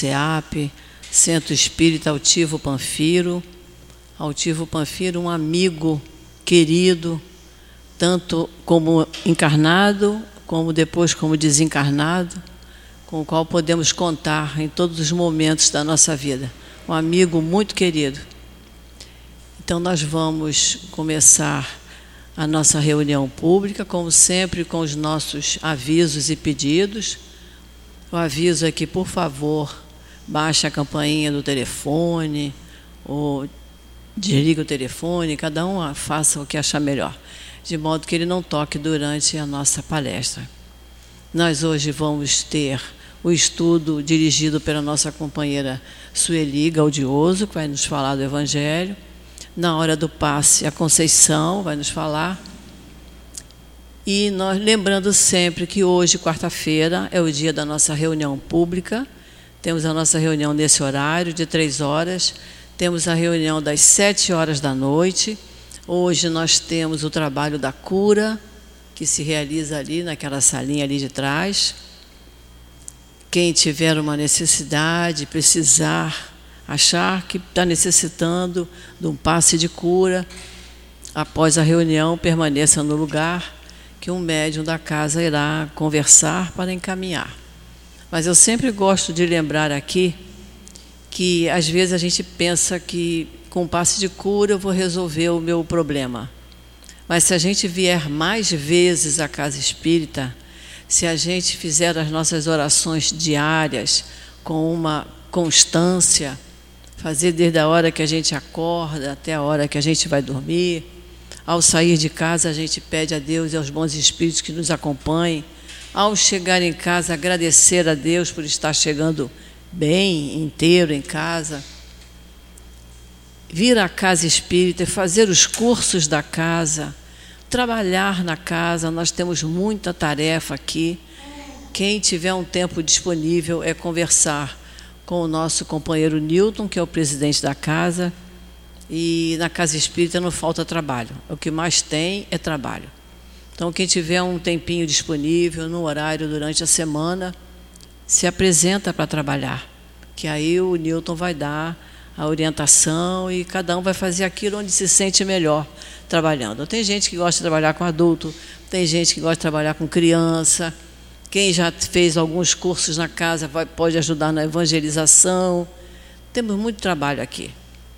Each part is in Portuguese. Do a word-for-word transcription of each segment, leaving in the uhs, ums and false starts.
SEAP, Centro Espírita Altivo Panfiro. Altivo Panfiro, um amigo querido, tanto como encarnado, como depois como desencarnado, com o qual podemos contar em todos os momentos da nossa vida. Um amigo muito querido. Então, nós vamos começar a nossa reunião pública, como sempre, com os nossos avisos e pedidos. O aviso é que, por favor, baixe a campainha do telefone, ou desligue o telefone, cada um faça o que achar melhor, de modo que ele não toque durante a nossa palestra. Nós hoje vamos ter o estudo dirigido pela nossa companheira Sueli Gaudioso, que vai nos falar do Evangelho. Na hora do passe, a Conceição vai nos falar. E nós lembrando sempre que hoje, quarta-feira, é o dia da nossa reunião pública. Temos a nossa reunião nesse horário, de três horas. Temos a reunião das sete horas da noite. Hoje nós temos o trabalho da cura, que se realiza ali naquela salinha ali de trás. Quem tiver uma necessidade, precisar, achar que está necessitando de um passe de cura, após a reunião, permaneça no lugar, que um médium da casa irá conversar para encaminhar. Mas eu sempre gosto de lembrar aqui que, às vezes, a gente pensa que com o passe de cura eu vou resolver o meu problema. Mas se a gente vier mais vezes à casa espírita, se a gente fizer as nossas orações diárias com uma constância, fazer desde a hora que a gente acorda até a hora que a gente vai dormir, ao sair de casa a gente pede a Deus e aos bons espíritos que nos acompanhem, ao chegar em casa agradecer a Deus por estar chegando bem, inteiro em casa, vir à casa espírita e fazer os cursos da casa, trabalhar na casa. Nós temos muita tarefa aqui. Quem tiver um tempo disponível é conversar com o nosso companheiro Newton, que é o presidente da casa, e na casa espírita não falta trabalho. O que mais tem é trabalho. Então, quem tiver um tempinho disponível, no horário durante a semana, se apresenta para trabalhar, que aí o Newton vai dar a orientação e cada um vai fazer aquilo onde se sente melhor trabalhando. Tem gente que gosta de trabalhar com adulto, tem gente que gosta de trabalhar com criança. Quem já fez alguns cursos na casa vai, pode ajudar na evangelização. Temos muito trabalho aqui.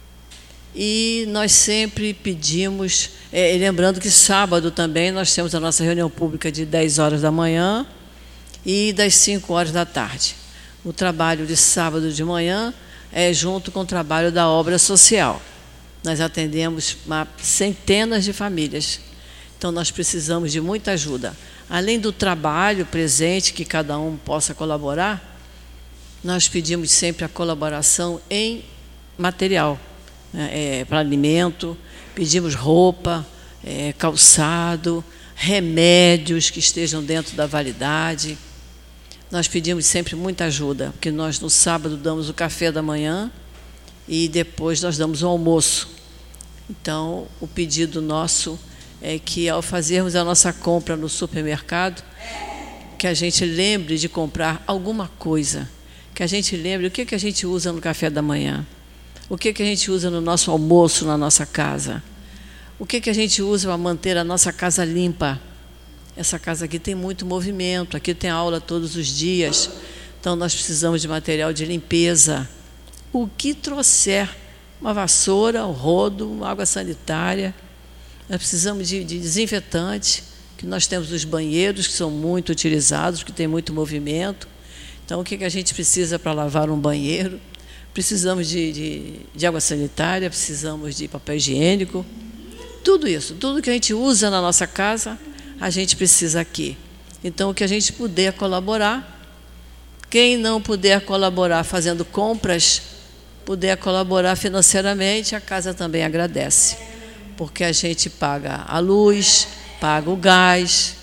E nós sempre pedimos, é, lembrando que sábado também nós temos a nossa reunião pública de dez horas da manhã e das cinco horas da tarde. O trabalho de sábado de manhã é junto com o trabalho da obra social. Nós atendemos centenas de famílias. Então, nós precisamos de muita ajuda. Além do trabalho presente, que cada um possa colaborar, nós pedimos sempre a colaboração em material, né, é, para alimento, pedimos roupa, é, calçado, remédios que estejam dentro da validade. Nós pedimos sempre muita ajuda, porque nós no sábado damos o café da manhã e depois nós damos o almoço. Então, o pedido nosso é que, ao fazermos a nossa compra no supermercado, que a gente lembre de comprar alguma coisa, que a gente lembre o que, que a gente usa no café da manhã, o que, que a gente usa no nosso almoço na nossa casa, o que, que a gente usa para manter a nossa casa limpa. Essa casa aqui tem muito movimento, aqui tem aula todos os dias, então nós precisamos de material de limpeza. O que trouxer, uma vassoura, um rodo, uma água sanitária, nós precisamos de, de desinfetante, que nós temos os banheiros que são muito utilizados, que tem muito movimento. Então, o que, que a gente precisa para lavar um banheiro? Precisamos de, de, de água sanitária, precisamos de papel higiênico, tudo isso, tudo que a gente usa na nossa casa, a gente precisa aqui. Então, o que a gente puder colaborar, quem não puder colaborar fazendo compras, puder colaborar financeiramente, a casa também agradece, porque a gente paga a luz, paga o gás,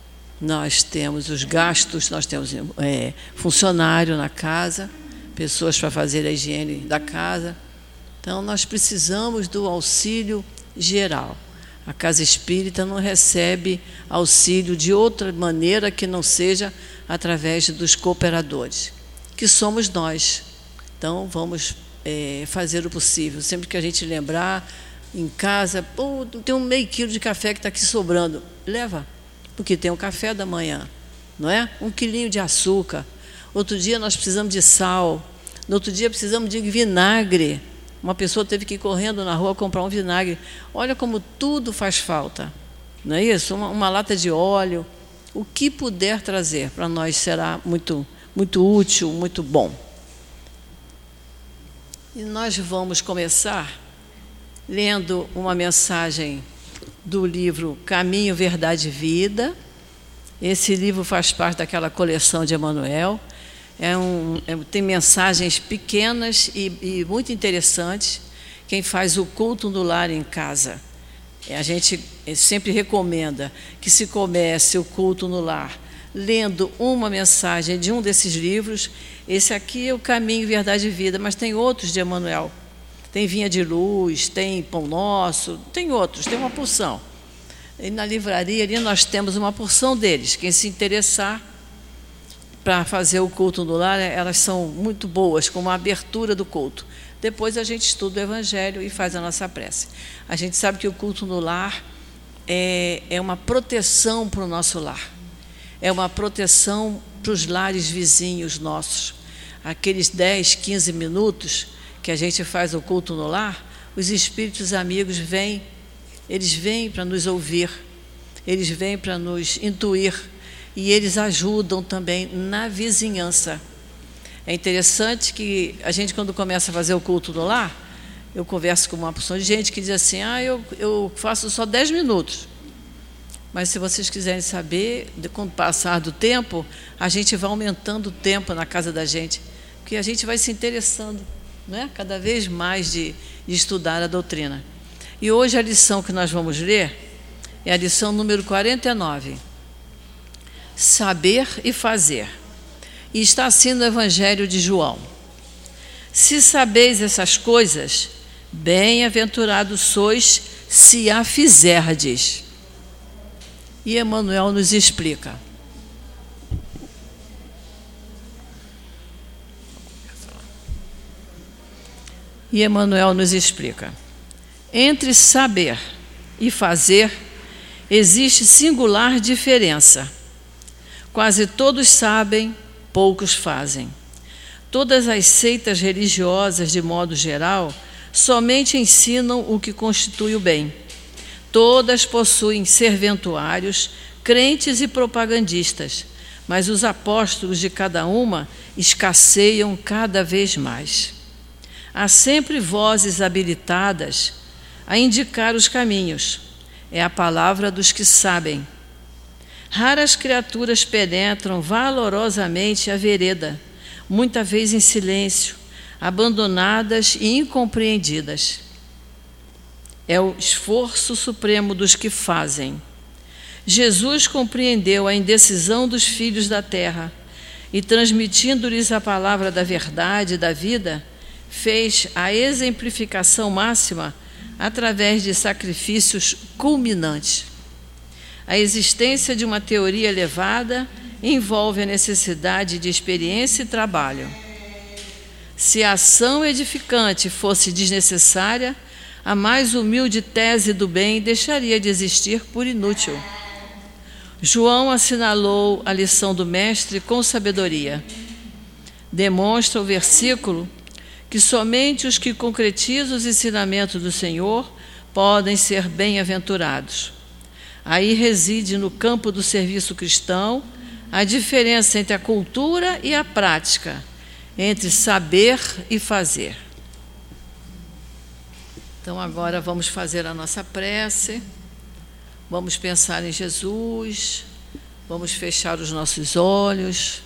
nós temos os gastos, nós temos é, funcionário na casa, pessoas para fazer a higiene da casa. Então, nós precisamos do auxílio geral. A casa espírita não recebe auxílio de outra maneira que não seja através dos cooperadores, que somos nós. Então, vamos é, fazer o possível. Sempre que a gente lembrar, em casa, pô, tem um meio quilo de café que está aqui sobrando. Leva, porque tem o café da manhã, não é? Um quilinho de açúcar. Outro dia nós precisamos de sal. No outro dia precisamos de vinagre. Uma pessoa teve que ir correndo na rua comprar um vinagre. Olha como tudo faz falta, não é isso? Uma, uma lata de óleo. O que puder trazer para nós será muito, muito útil, muito bom. E nós vamos começar lendo uma mensagem do livro Caminho, Verdade e Vida. Esse livro faz parte daquela coleção de Emmanuel. É um, é, tem mensagens pequenas e, e muito interessantes. Quem faz o culto no lar em casa, a gente sempre recomenda que se comece o culto no lar lendo uma mensagem de um desses livros. Esse aqui é o Caminho, Verdade e Vida, mas tem outros de Emmanuel. Tem Vinha de Luz, tem Pão Nosso, tem outros, tem uma porção. E na livraria ali nós temos uma porção deles. Quem se interessar para fazer o culto no lar, elas são muito boas, como a abertura do culto. Depois a gente estuda o Evangelho e faz a nossa prece. A gente sabe que o culto no lar é, é uma proteção para o nosso lar. É uma proteção para os lares vizinhos nossos. Aqueles dez, quinze minutos que a gente faz o culto no lar, os espíritos amigos vêm, eles vêm para nos ouvir, eles vêm para nos intuir, e eles ajudam também na vizinhança. É interessante que a gente, quando começa a fazer o culto no lar, eu converso com uma porção de gente que diz assim, ah, eu, eu faço só dez minutos. Mas se vocês quiserem saber, com o passar do tempo, a gente vai aumentando o tempo na casa da gente, porque a gente vai se interessando, né, cada vez mais de, de estudar a doutrina. E hoje a lição que nós vamos ler é a lição número quarenta e nove. Saber e fazer. E está assim no Evangelho de João. Se sabeis essas coisas, bem-aventurados sois se a fizerdes. E Emmanuel nos explica. E Emmanuel nos explica. Entre saber e fazer existe singular diferença. Quase todos sabem, poucos fazem. Todas as seitas religiosas, de modo geral, somente ensinam o que constitui o bem. Todas possuem serventuários, crentes e propagandistas, mas os apóstolos de cada uma escasseiam cada vez mais. Há sempre vozes habilitadas a indicar os caminhos. É a palavra dos que sabem. Raras criaturas penetram valorosamente a vereda, muita vez em silêncio, abandonadas e incompreendidas. É o esforço supremo dos que fazem. Jesus compreendeu a indecisão dos filhos da terra e, transmitindo-lhes a palavra da verdade e da vida, fez a exemplificação máxima através de sacrifícios culminantes. A existência de uma teoria elevada envolve a necessidade de experiência e trabalho. Se a ação edificante fosse desnecessária, a mais humilde tese do bem deixaria de existir por inútil. João assinalou a lição do Mestre com sabedoria. Demonstra o versículo que somente os que concretizam os ensinamentos do Senhor podem ser bem-aventurados. Aí reside no campo do serviço cristão a diferença entre a cultura e a prática, entre saber e fazer. Então agora vamos fazer a nossa prece, vamos pensar em Jesus, vamos fechar os nossos olhos.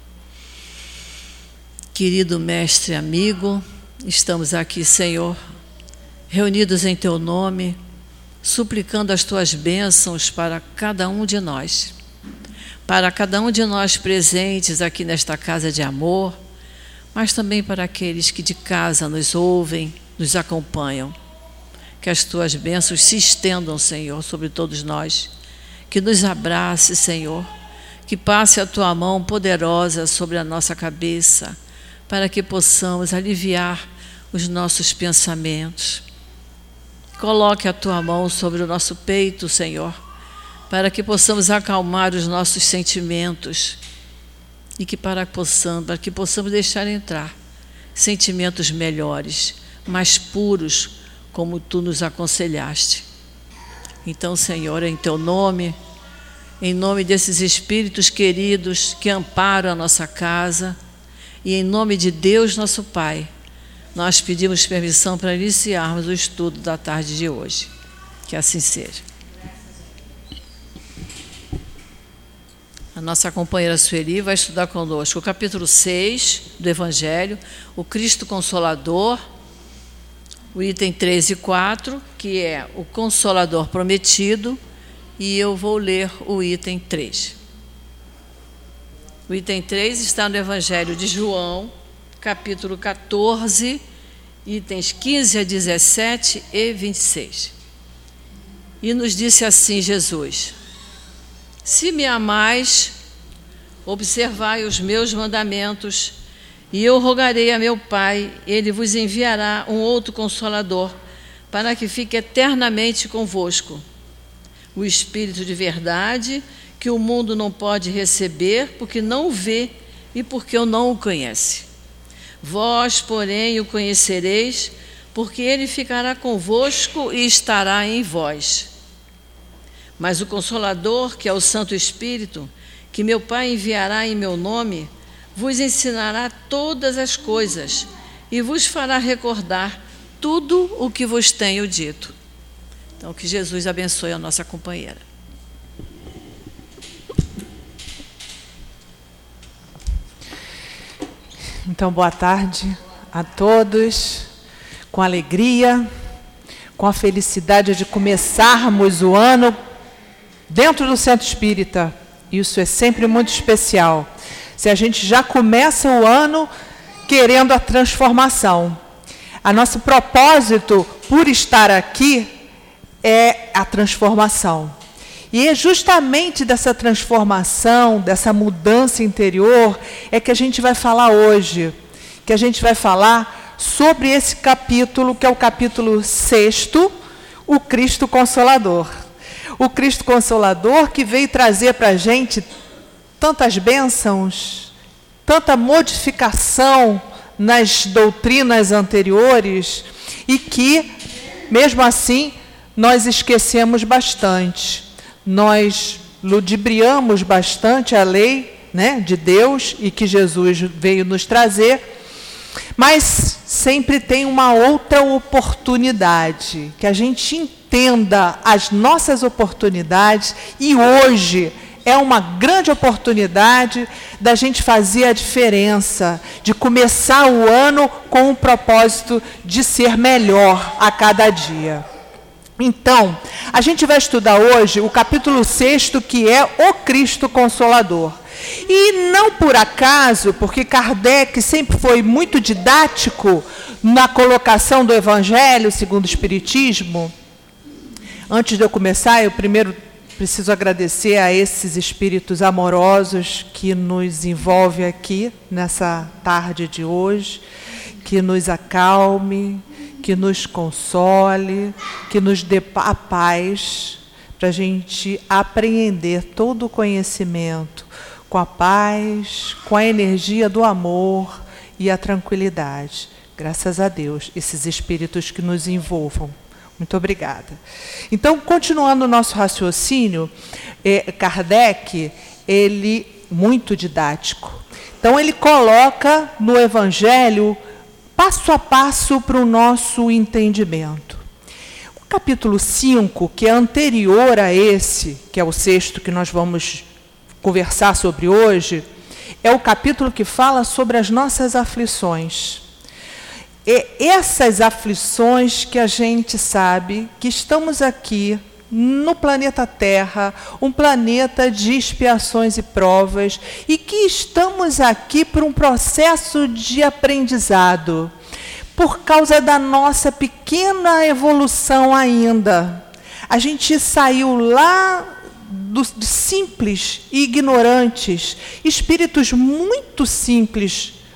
Querido Mestre amigo, estamos aqui, Senhor, reunidos em Teu nome, suplicando as Tuas bênçãos para cada um de nós, para cada um de nós presentes aqui nesta casa de amor, mas também para aqueles que de casa nos ouvem, nos acompanham. Que as Tuas bênçãos se estendam, Senhor, sobre todos nós, que nos abrace, Senhor, que passe a Tua mão poderosa sobre a nossa cabeça, para que possamos aliviar os nossos pensamentos. Coloque a tua mão sobre o nosso peito, Senhor, para que possamos acalmar os nossos sentimentos e que para, possamos, para que possamos deixar entrar sentimentos melhores, mais puros, como tu nos aconselhaste. Então, Senhor, em teu nome, em nome desses espíritos queridos que amparam a nossa casa, e em nome de Deus, nosso Pai, nós pedimos permissão para iniciarmos o estudo da tarde de hoje. Que assim seja. A nossa companheira Sueli vai estudar conosco o capítulo seis do Evangelho, o Cristo Consolador, o item três e quatro, que é o Consolador Prometido, e eu vou ler o item três. O item três está no Evangelho de João, capítulo quatorze, itens quinze a dezessete e vinte e seis. E nos disse assim Jesus: se me amais, observai os meus mandamentos, e eu rogarei a meu Pai, ele vos enviará um outro Consolador, para que fique eternamente convosco. O Espírito de verdade, que o mundo não pode receber, porque não o vê e porque eu não o conhece. Vós, porém, o conhecereis, porque ele ficará convosco e estará em vós. Mas o Consolador, que é o Santo Espírito, que meu Pai enviará em meu nome, vos ensinará todas as coisas e vos fará recordar tudo o que vos tenho dito. Então, que Jesus abençoe a nossa companheira. Então, boa tarde a todos, com alegria, com a felicidade de começarmos o ano dentro do Centro Espírita. Isso é sempre muito especial. Se a gente já começa o ano querendo a transformação. A nosso propósito, por estar aqui, é a transformação. E é justamente dessa transformação, dessa mudança interior, é que a gente vai falar hoje. Que a gente vai falar sobre esse capítulo, que é o capítulo sexto, o Cristo Consolador. O Cristo Consolador que veio trazer para a gente tantas bênçãos, tanta modificação nas doutrinas anteriores e que, mesmo assim, nós esquecemos bastante. Nós ludibriamos bastante a lei, né, de Deus e que Jesus veio nos trazer, mas sempre tem uma outra oportunidade, que a gente entenda as nossas oportunidades, e hoje é uma grande oportunidade da gente fazer a diferença, de começar o ano com o propósito de ser melhor a cada dia. Então, a gente vai estudar hoje o capítulo sexto, que é o Cristo Consolador. E não por acaso, porque Kardec sempre foi muito didático na colocação do Evangelho segundo o Espiritismo. Antes de eu começar, eu primeiro preciso agradecer a esses espíritos amorosos que nos envolvem aqui nessa tarde de hoje, que nos acalme, que nos console, que nos dê a paz, para a gente apreender todo o conhecimento com a paz, com a energia do amor e a tranquilidade. Graças a Deus, esses espíritos que nos envolvam. Muito obrigada. Então, continuando o nosso raciocínio, eh, Kardec, ele, muito didático. Então, ele coloca no Evangelho passo a passo para o nosso entendimento. O capítulo cinco, que é anterior a esse, que é o sexto que nós vamos conversar sobre hoje, é o capítulo que fala sobre as nossas aflições. E essas aflições que a gente sabe que estamos aqui no planeta Terra, um planeta de expiações e provas, e que estamos aqui por um processo de aprendizado, por causa da nossa pequena evolução ainda. A gente saiu lá dos simples e ignorantes, espíritos muito simples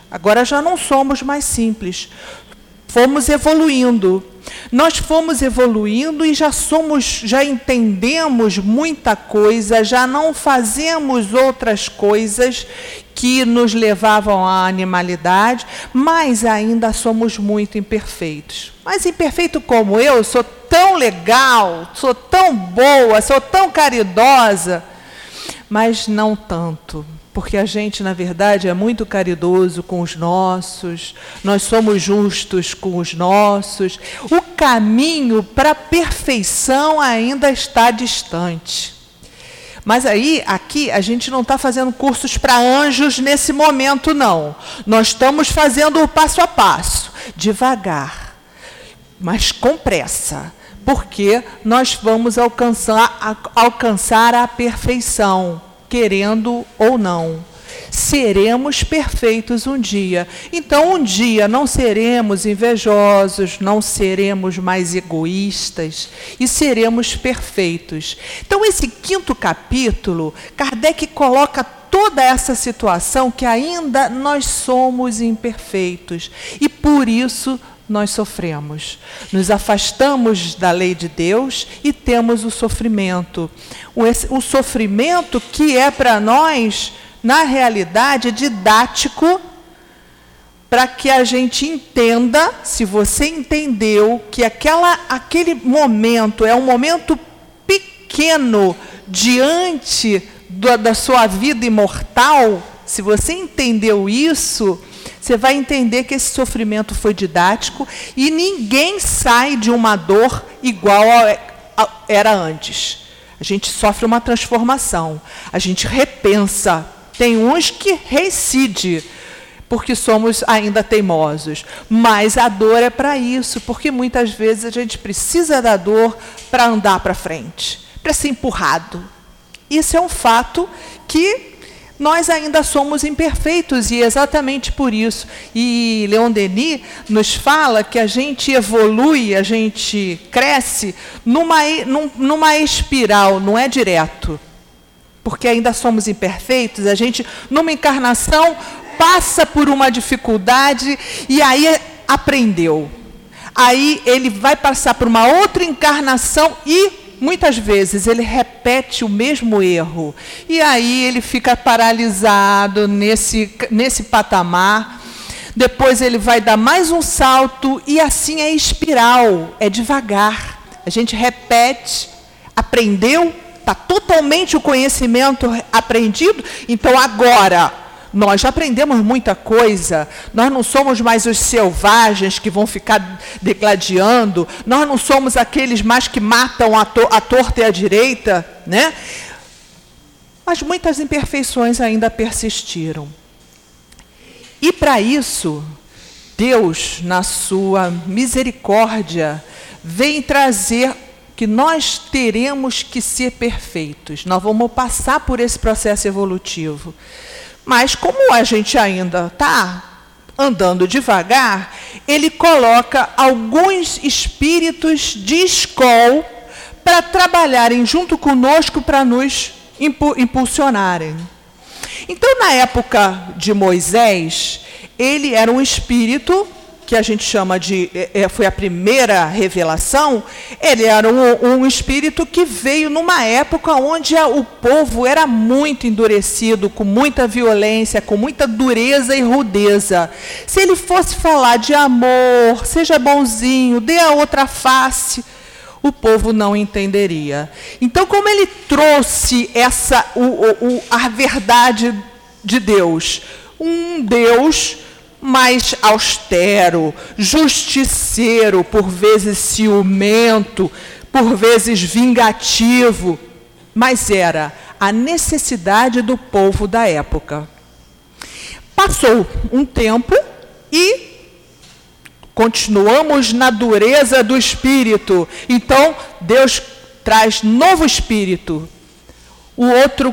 Agora já não somos mais simples. Fomos evoluindo. Nós fomos evoluindo e já somos, já entendemos muita coisa, já não fazemos outras coisas que nos levavam à animalidade, mas ainda somos muito imperfeitos. Mas imperfeito como eu, sou tão legal, sou tão boa, sou tão caridosa, mas não tanto. Porque a gente, na verdade, é muito caridoso com os nossos, nós somos justos com os nossos. O caminho para a perfeição ainda está distante. Mas aí, aqui, a gente não está fazendo cursos para anjos nesse momento, não. Nós estamos fazendo o passo a passo, devagar, mas com pressa. Porque nós vamos alcançar a, alcançar a perfeição, querendo ou não. Seremos perfeitos um dia. Então, um dia não seremos invejosos, não seremos mais egoístas e seremos perfeitos. Então, esse quinto capítulo, Kardec coloca toda essa situação que ainda nós somos imperfeitos e por isso nós sofremos. Nos afastamos da lei de Deus e temos o sofrimento. O, o sofrimento que é para nós, na realidade, didático, para que a gente entenda, se você entendeu, que aquela, aquele momento é um momento pequeno diante da, da sua vida imortal, se você entendeu isso, você vai entender que esse sofrimento foi didático e ninguém sai de uma dor igual a, a, era antes. A gente sofre uma transformação, a gente repensa. Tem uns que reincide, porque somos ainda teimosos. Mas a dor é para isso, porque muitas vezes a gente precisa da dor para andar para frente, para ser empurrado. Isso é um fato que nós ainda somos imperfeitos, e exatamente por isso. E Leon Denis nos fala que a gente evolui, a gente cresce numa, numa espiral, não é direto. Porque ainda somos imperfeitos, a gente, numa encarnação, passa por uma dificuldade e aí aprendeu. Aí ele vai passar por uma outra encarnação e muitas vezes ele repete o mesmo erro. E aí ele fica paralisado nesse, nesse patamar. Depois ele vai dar mais um salto e assim é espiral, é devagar. A gente repete, aprendeu, está totalmente o conhecimento aprendido. Então agora nós já aprendemos muita coisa, nós não somos mais os selvagens que vão ficar degladiando, nós não somos aqueles mais que matam a, to a torta e a direita, né? Mas muitas imperfeições ainda persistiram. E para isso, Deus, na sua misericórdia, vem trazer que nós teremos que ser perfeitos. Nós vamos passar por esse processo evolutivo. Mas como a gente ainda está andando devagar, ele coloca alguns espíritos de escola para trabalharem junto conosco para nos impulsionarem. Então, na época de Moisés, ele era um espírito que a gente chama de, é, foi a primeira revelação. Ele era um, um espírito que veio numa época onde a, o povo era muito endurecido, com muita violência, com muita dureza e rudeza. Se ele fosse falar de amor, seja bonzinho, dê a outra face, o povo não entenderia. Então, como ele trouxe essa, o, o, a verdade de Deus, um Deus mais austero, justiceiro, por vezes ciumento, por vezes vingativo, mas era a necessidade do povo da época. Passou um tempo e continuamos na dureza do espírito. Então, Deus traz novo espírito. O outro,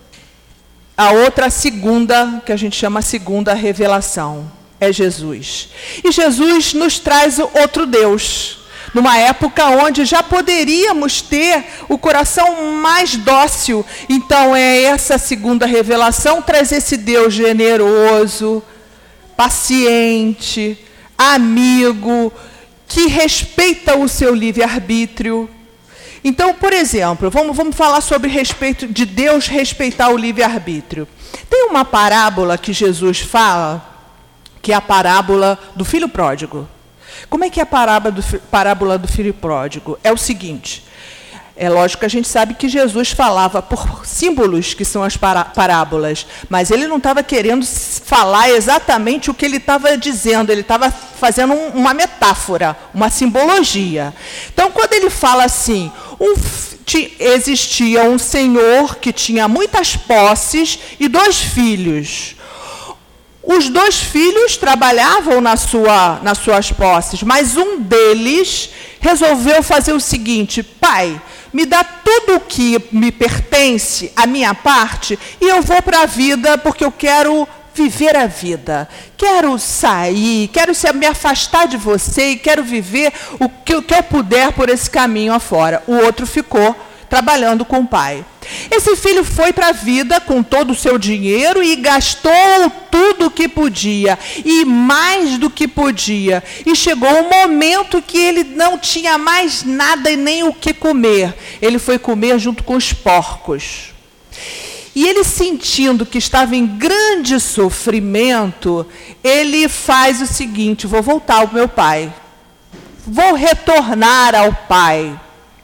a outra segunda, que a gente chama segunda revelação, é Jesus. E Jesus nos traz outro Deus, numa época onde já poderíamos ter o coração mais dócil. Então, é essa segunda revelação, traz esse Deus generoso, paciente, amigo, que respeita o seu livre-arbítrio. Então, por exemplo, vamos, vamos falar sobre respeito de Deus respeitar o livre-arbítrio. Tem uma parábola que Jesus fala, que é a parábola do filho pródigo. Como é que é a parábola do, parábola do filho pródigo? É o seguinte, é lógico que a gente sabe que Jesus falava por símbolos, que são as parábolas, mas ele não estava querendo falar exatamente o que ele estava dizendo, ele estava fazendo um, uma metáfora, uma simbologia. Então, quando ele fala assim, um, existia um senhor que tinha muitas posses e dois filhos. Os dois filhos trabalhavam na sua, nas suas posses, mas um deles resolveu fazer o seguinte: pai, me dá tudo o que me pertence, a minha parte, e eu vou para a vida porque eu quero viver a vida. Quero sair, quero me afastar de você e quero viver o que, o que eu puder por esse caminho afora. O outro ficou trabalhando com o pai. Esse filho foi para a vida com todo o seu dinheiro e gastou tudo o que podia, e mais do que podia. E chegou um momento que ele não tinha mais nada e nem o que comer. Ele foi comer junto com os porcos. E ele, sentindo que estava em grande sofrimento, ele faz o seguinte: vou voltar ao meu pai. Vou retornar ao pai.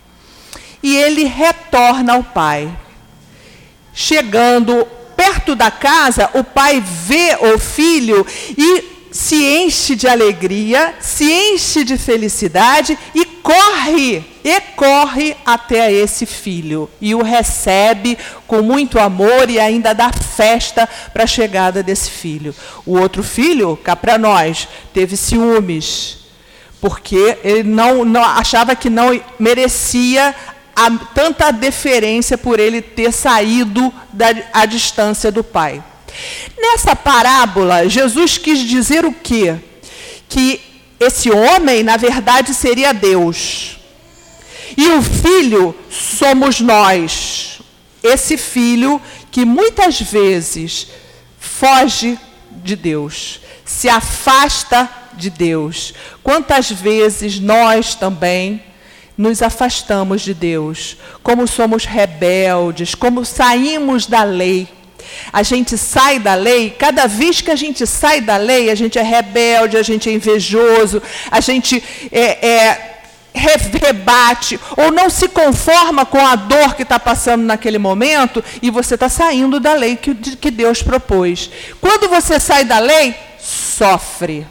E ele retorna ao pai. Chegando perto da casa, o pai vê o filho e se enche de alegria, se enche de felicidade e corre, e corre até esse filho. E o recebe com muito amor e ainda dá festa para a chegada desse filho. O outro filho, cá para nós, teve ciúmes, porque ele não, não achava que não merecia a, tanta deferência por ele ter saído da a distância do pai. Nessa parábola, Jesus quis dizer o quê? Que esse homem, na verdade, seria Deus. E o filho somos nós. Esse filho que muitas vezes foge de Deus, se afasta de Deus. Quantas vezes nós também nos afastamos de Deus, como somos rebeldes, como saímos da lei. A gente sai da lei, cada vez que a gente sai da lei, a gente é rebelde, a gente é invejoso, a gente é, é, rebate, ou não se conforma com a dor que está passando naquele momento, e você está saindo da lei que, que Deus propôs. Quando você sai da lei, sofre.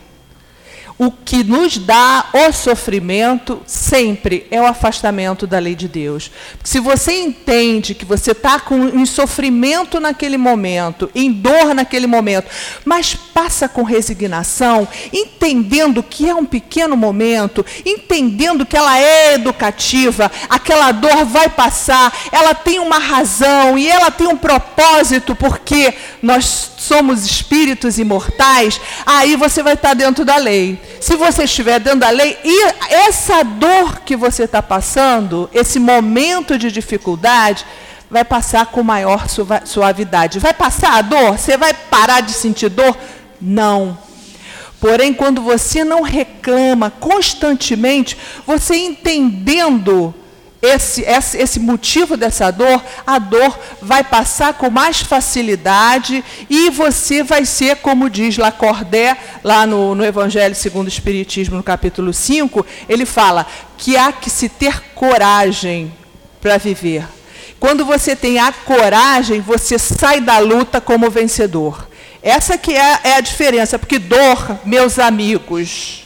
O que nos dá o sofrimento sempre é o afastamento da lei de Deus. Se você entende que você está com em sofrimento naquele momento, em dor naquele momento, mas passa com resignação, entendendo que é um pequeno momento, entendendo que ela é educativa, aquela dor vai passar, ela tem uma razão e ela tem um propósito, porque nós somos espíritos imortais, aí você vai estar dentro da lei. Se você estiver dentro da lei, e essa dor que você está passando, esse momento de dificuldade, vai passar com maior suavidade. Vai passar a dor? Você vai parar de sentir dor? Não. Porém, quando você não reclama constantemente, você entendendo Esse, esse, esse motivo dessa dor, a dor vai passar com mais facilidade e você vai ser, como diz Lacordaire, lá no, no Evangelho segundo o Espiritismo, no capítulo cinco, ele fala que há que se ter coragem para viver. Quando você tem a coragem, você sai da luta como vencedor. Essa que é, é a diferença, porque dor, meus amigos,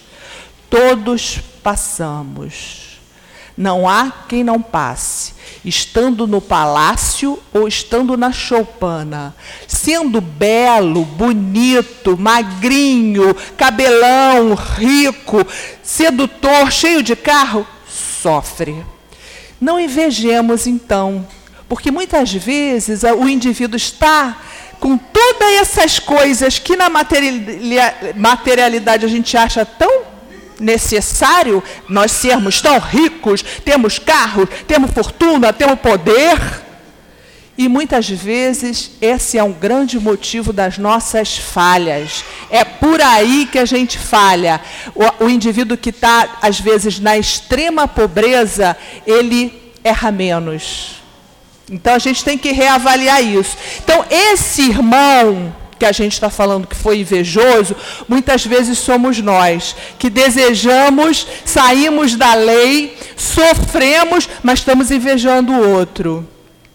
todos passamos. Não há quem não passe, estando no palácio ou estando na choupana, sendo belo, bonito, magrinho, cabelão, rico, sedutor, cheio de carro, sofre. Não invejemos, então, porque muitas vezes o indivíduo está com todas essas coisas que na materialidade a gente acha tão necessário, nós sermos tão ricos, temos carros, temos fortuna, temos poder, E muitas vezes esse é um grande motivo das nossas falhas. É por aí que a gente falha. O, o indivíduo que está, às vezes, na extrema pobreza, ele erra menos. Então a gente tem que reavaliar isso. Então esse irmão que a gente está falando que foi invejoso, muitas vezes somos nós, que desejamos, saímos da lei, sofremos, mas estamos invejando o outro.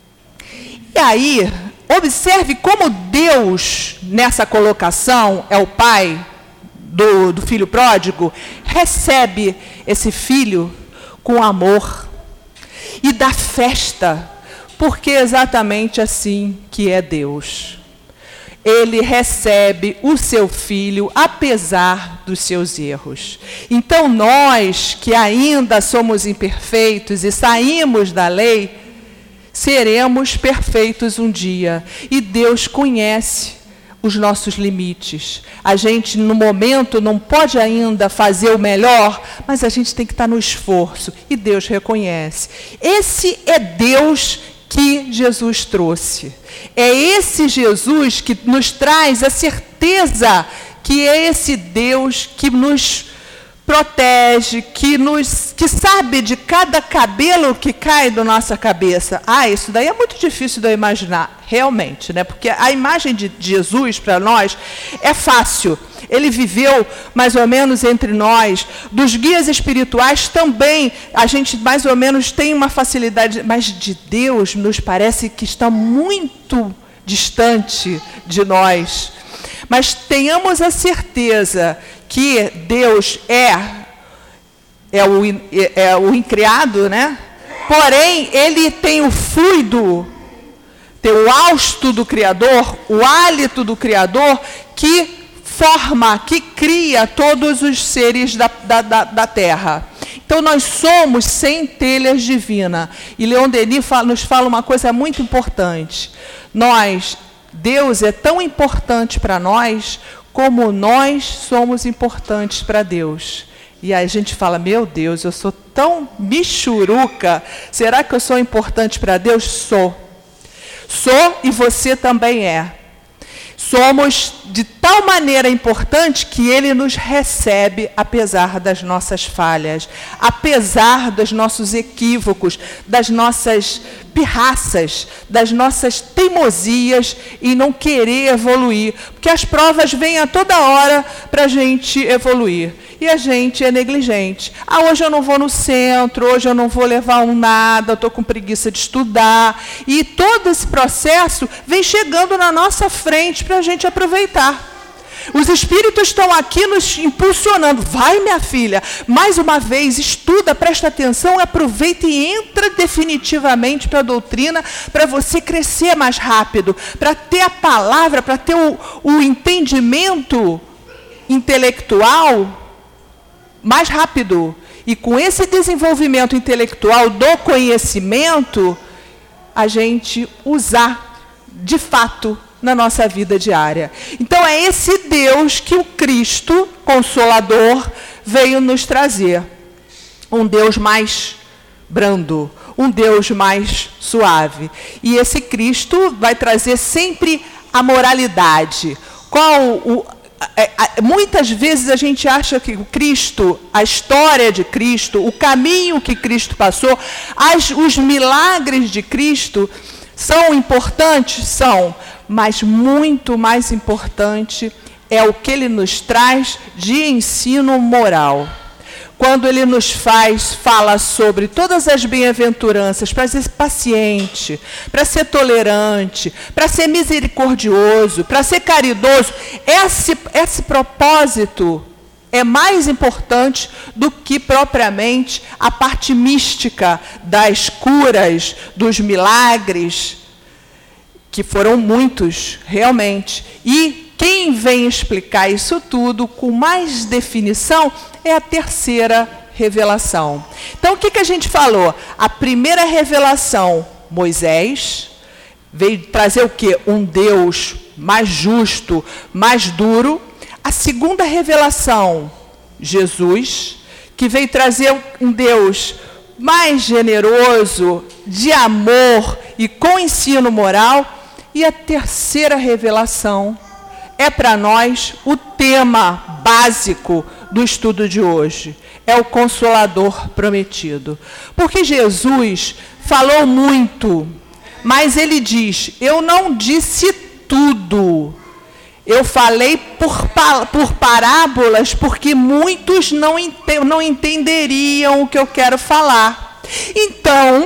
E aí, observe como Deus, nessa colocação, é o pai do, do filho pródigo, recebe esse filho com amor e dá festa, porque é exatamente assim que é Deus. Ele recebe o seu filho, apesar dos seus erros. Então, nós, que ainda somos imperfeitos e saímos da lei, seremos perfeitos um dia. E Deus conhece os nossos limites. A gente, no momento, não pode ainda fazer o melhor, mas a gente tem que estar no esforço. E Deus reconhece. Esse é Deus que Jesus trouxe. É esse Jesus que nos traz a certeza que é esse Deus que nos protege, que, nos, que sabe de cada cabelo que cai da nossa cabeça. Ah, isso daí é muito difícil de eu imaginar, realmente, né? Porque a imagem de Jesus para nós é fácil. Ele viveu mais ou menos entre nós. Dos guias espirituais também, a gente mais ou menos tem uma facilidade, mas de Deus nos parece que está muito distante de nós. Mas tenhamos a certeza que Deus é, é, o, é o incriado, né? Porém, ele tem o fluido, tem o hausto do Criador, o hálito do Criador, que forma, que cria todos os seres da, da, da, da terra. Então, nós somos centelhas divinas. E Leon Denis fala, nos fala uma coisa muito importante. Nós, Deus é tão importante para nós, como nós somos importantes para Deus. E aí a gente fala, meu Deus, eu sou tão michuruca, será que eu sou importante para Deus? Sou. Sou e você também é. Somos de tal maneira importante que Ele nos recebe apesar das nossas falhas, apesar dos nossos equívocos, das nossas pirraças, das nossas teimosias em não querer evoluir. Porque as provas vêm a toda hora para a gente evoluir. E a gente é negligente. Ah, hoje eu não vou no centro, hoje eu não vou levar um nada, eu estou com preguiça de estudar. E todo esse processo vem chegando na nossa frente para a gente aproveitar. Os espíritos estão aqui nos impulsionando. Vai, minha filha, mais uma vez, estuda, presta atenção, aproveita e entra definitivamente para a doutrina, para você crescer mais rápido, para ter a palavra, para ter o, o entendimento intelectual mais rápido. E com esse desenvolvimento intelectual do conhecimento, a gente usar de fato na nossa vida diária. Então é esse Deus que o Cristo Consolador veio nos trazer. Um Deus mais brando, um Deus mais suave. E esse Cristo vai trazer sempre a moralidade. Qual o Muitas vezes a gente acha que o Cristo, a história de Cristo, o caminho que Cristo passou, as, os milagres de Cristo são importantes? São, mas muito mais importante é o que Ele nos traz de ensino moral. Quando Ele nos faz, fala sobre todas as bem-aventuranças, para ser paciente, para ser tolerante, para ser misericordioso, para ser caridoso, esse, esse propósito é mais importante do que propriamente a parte mística das curas, dos milagres, que foram muitos, realmente. E quem vem explicar isso tudo com mais definição é a terceira revelação. Então, o que, que a gente falou? A primeira revelação, Moisés, veio trazer o quê? Um Deus mais justo, mais duro. A segunda revelação, Jesus, que veio trazer um Deus mais generoso, de amor e com ensino moral. E a terceira revelação é para nós o tema básico do estudo de hoje. É o Consolador prometido. Porque Jesus falou muito, mas ele diz, eu não disse tudo. Eu falei por, por parábolas, porque muitos não, ente, não entenderiam o que eu quero falar. Então,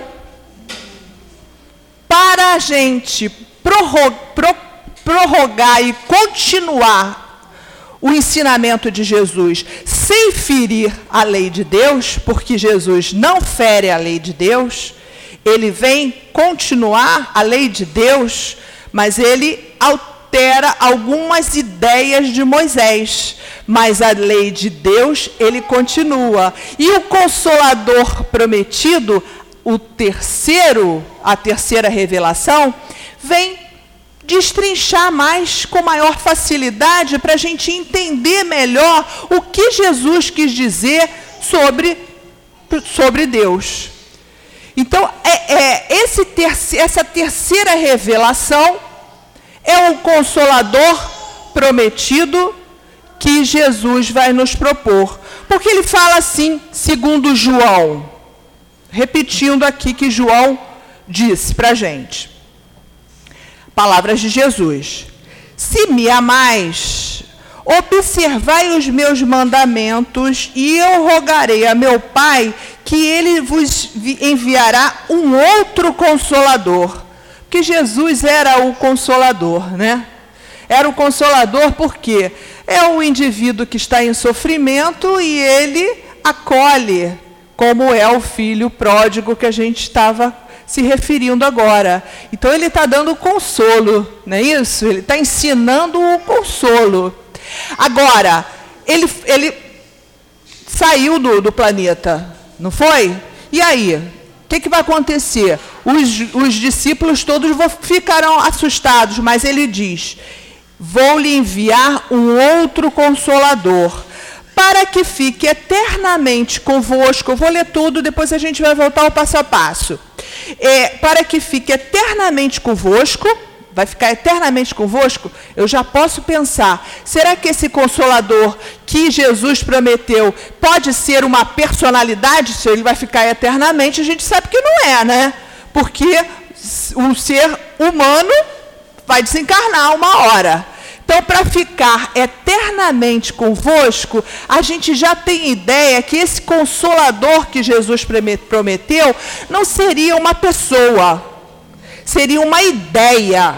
para a gente prorrogar, pro, prorrogar e continuar o ensinamento de Jesus sem ferir a lei de Deus, porque Jesus não fere a lei de Deus, ele vem continuar a lei de Deus, mas ele altera algumas ideias de Moisés, mas a lei de Deus ele continua. E o Consolador prometido, o terceiro, a terceira revelação, vem destrinchar mais, com maior facilidade, para a gente entender melhor o que Jesus quis dizer sobre, sobre Deus. Então, é, é, esse terce, essa terceira revelação é o Consolador prometido que Jesus vai nos propor. Porque ele fala assim, segundo João, repetindo aqui que João disse para a gente. Palavras de Jesus. Se me amais, observai os meus mandamentos, e eu rogarei a meu Pai que ele vos enviará um outro Consolador. Porque Jesus era o Consolador, né? Era o Consolador porque é o indivíduo que está em sofrimento e ele acolhe, como é o filho pródigo que a gente estava se referindo agora. Então ele está dando consolo, não é isso? Ele está ensinando o consolo. Agora, ele, ele saiu do, do planeta, não foi? E aí? O que, que vai acontecer? Os, os discípulos todos ficarão assustados, mas ele diz, vou lhe enviar um outro Consolador, para que fique eternamente convosco. Eu vou ler tudo, depois a gente vai voltar ao passo a passo. É, para que fique eternamente convosco, vai ficar eternamente convosco, eu já posso pensar, será que esse Consolador que Jesus prometeu pode ser uma personalidade? Se ele vai ficar eternamente, a gente sabe que não é, né? Porque o ser humano vai desencarnar uma hora. Então, para ficar eternamente convosco, a gente já tem ideia que esse Consolador que Jesus prometeu não seria uma pessoa, seria uma ideia.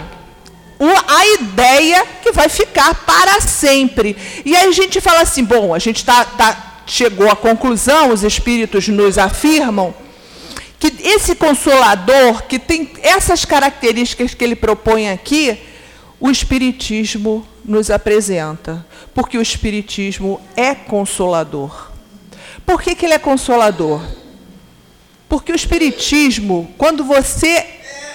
A ideia que vai ficar para sempre. E aí a gente fala assim, bom, a gente tá, tá, chegou à conclusão, os espíritos nos afirmam, que esse Consolador, que tem essas características que ele propõe aqui, o Espiritismo nos apresenta, porque o Espiritismo é consolador. Por que que ele é consolador? Porque o Espiritismo, quando você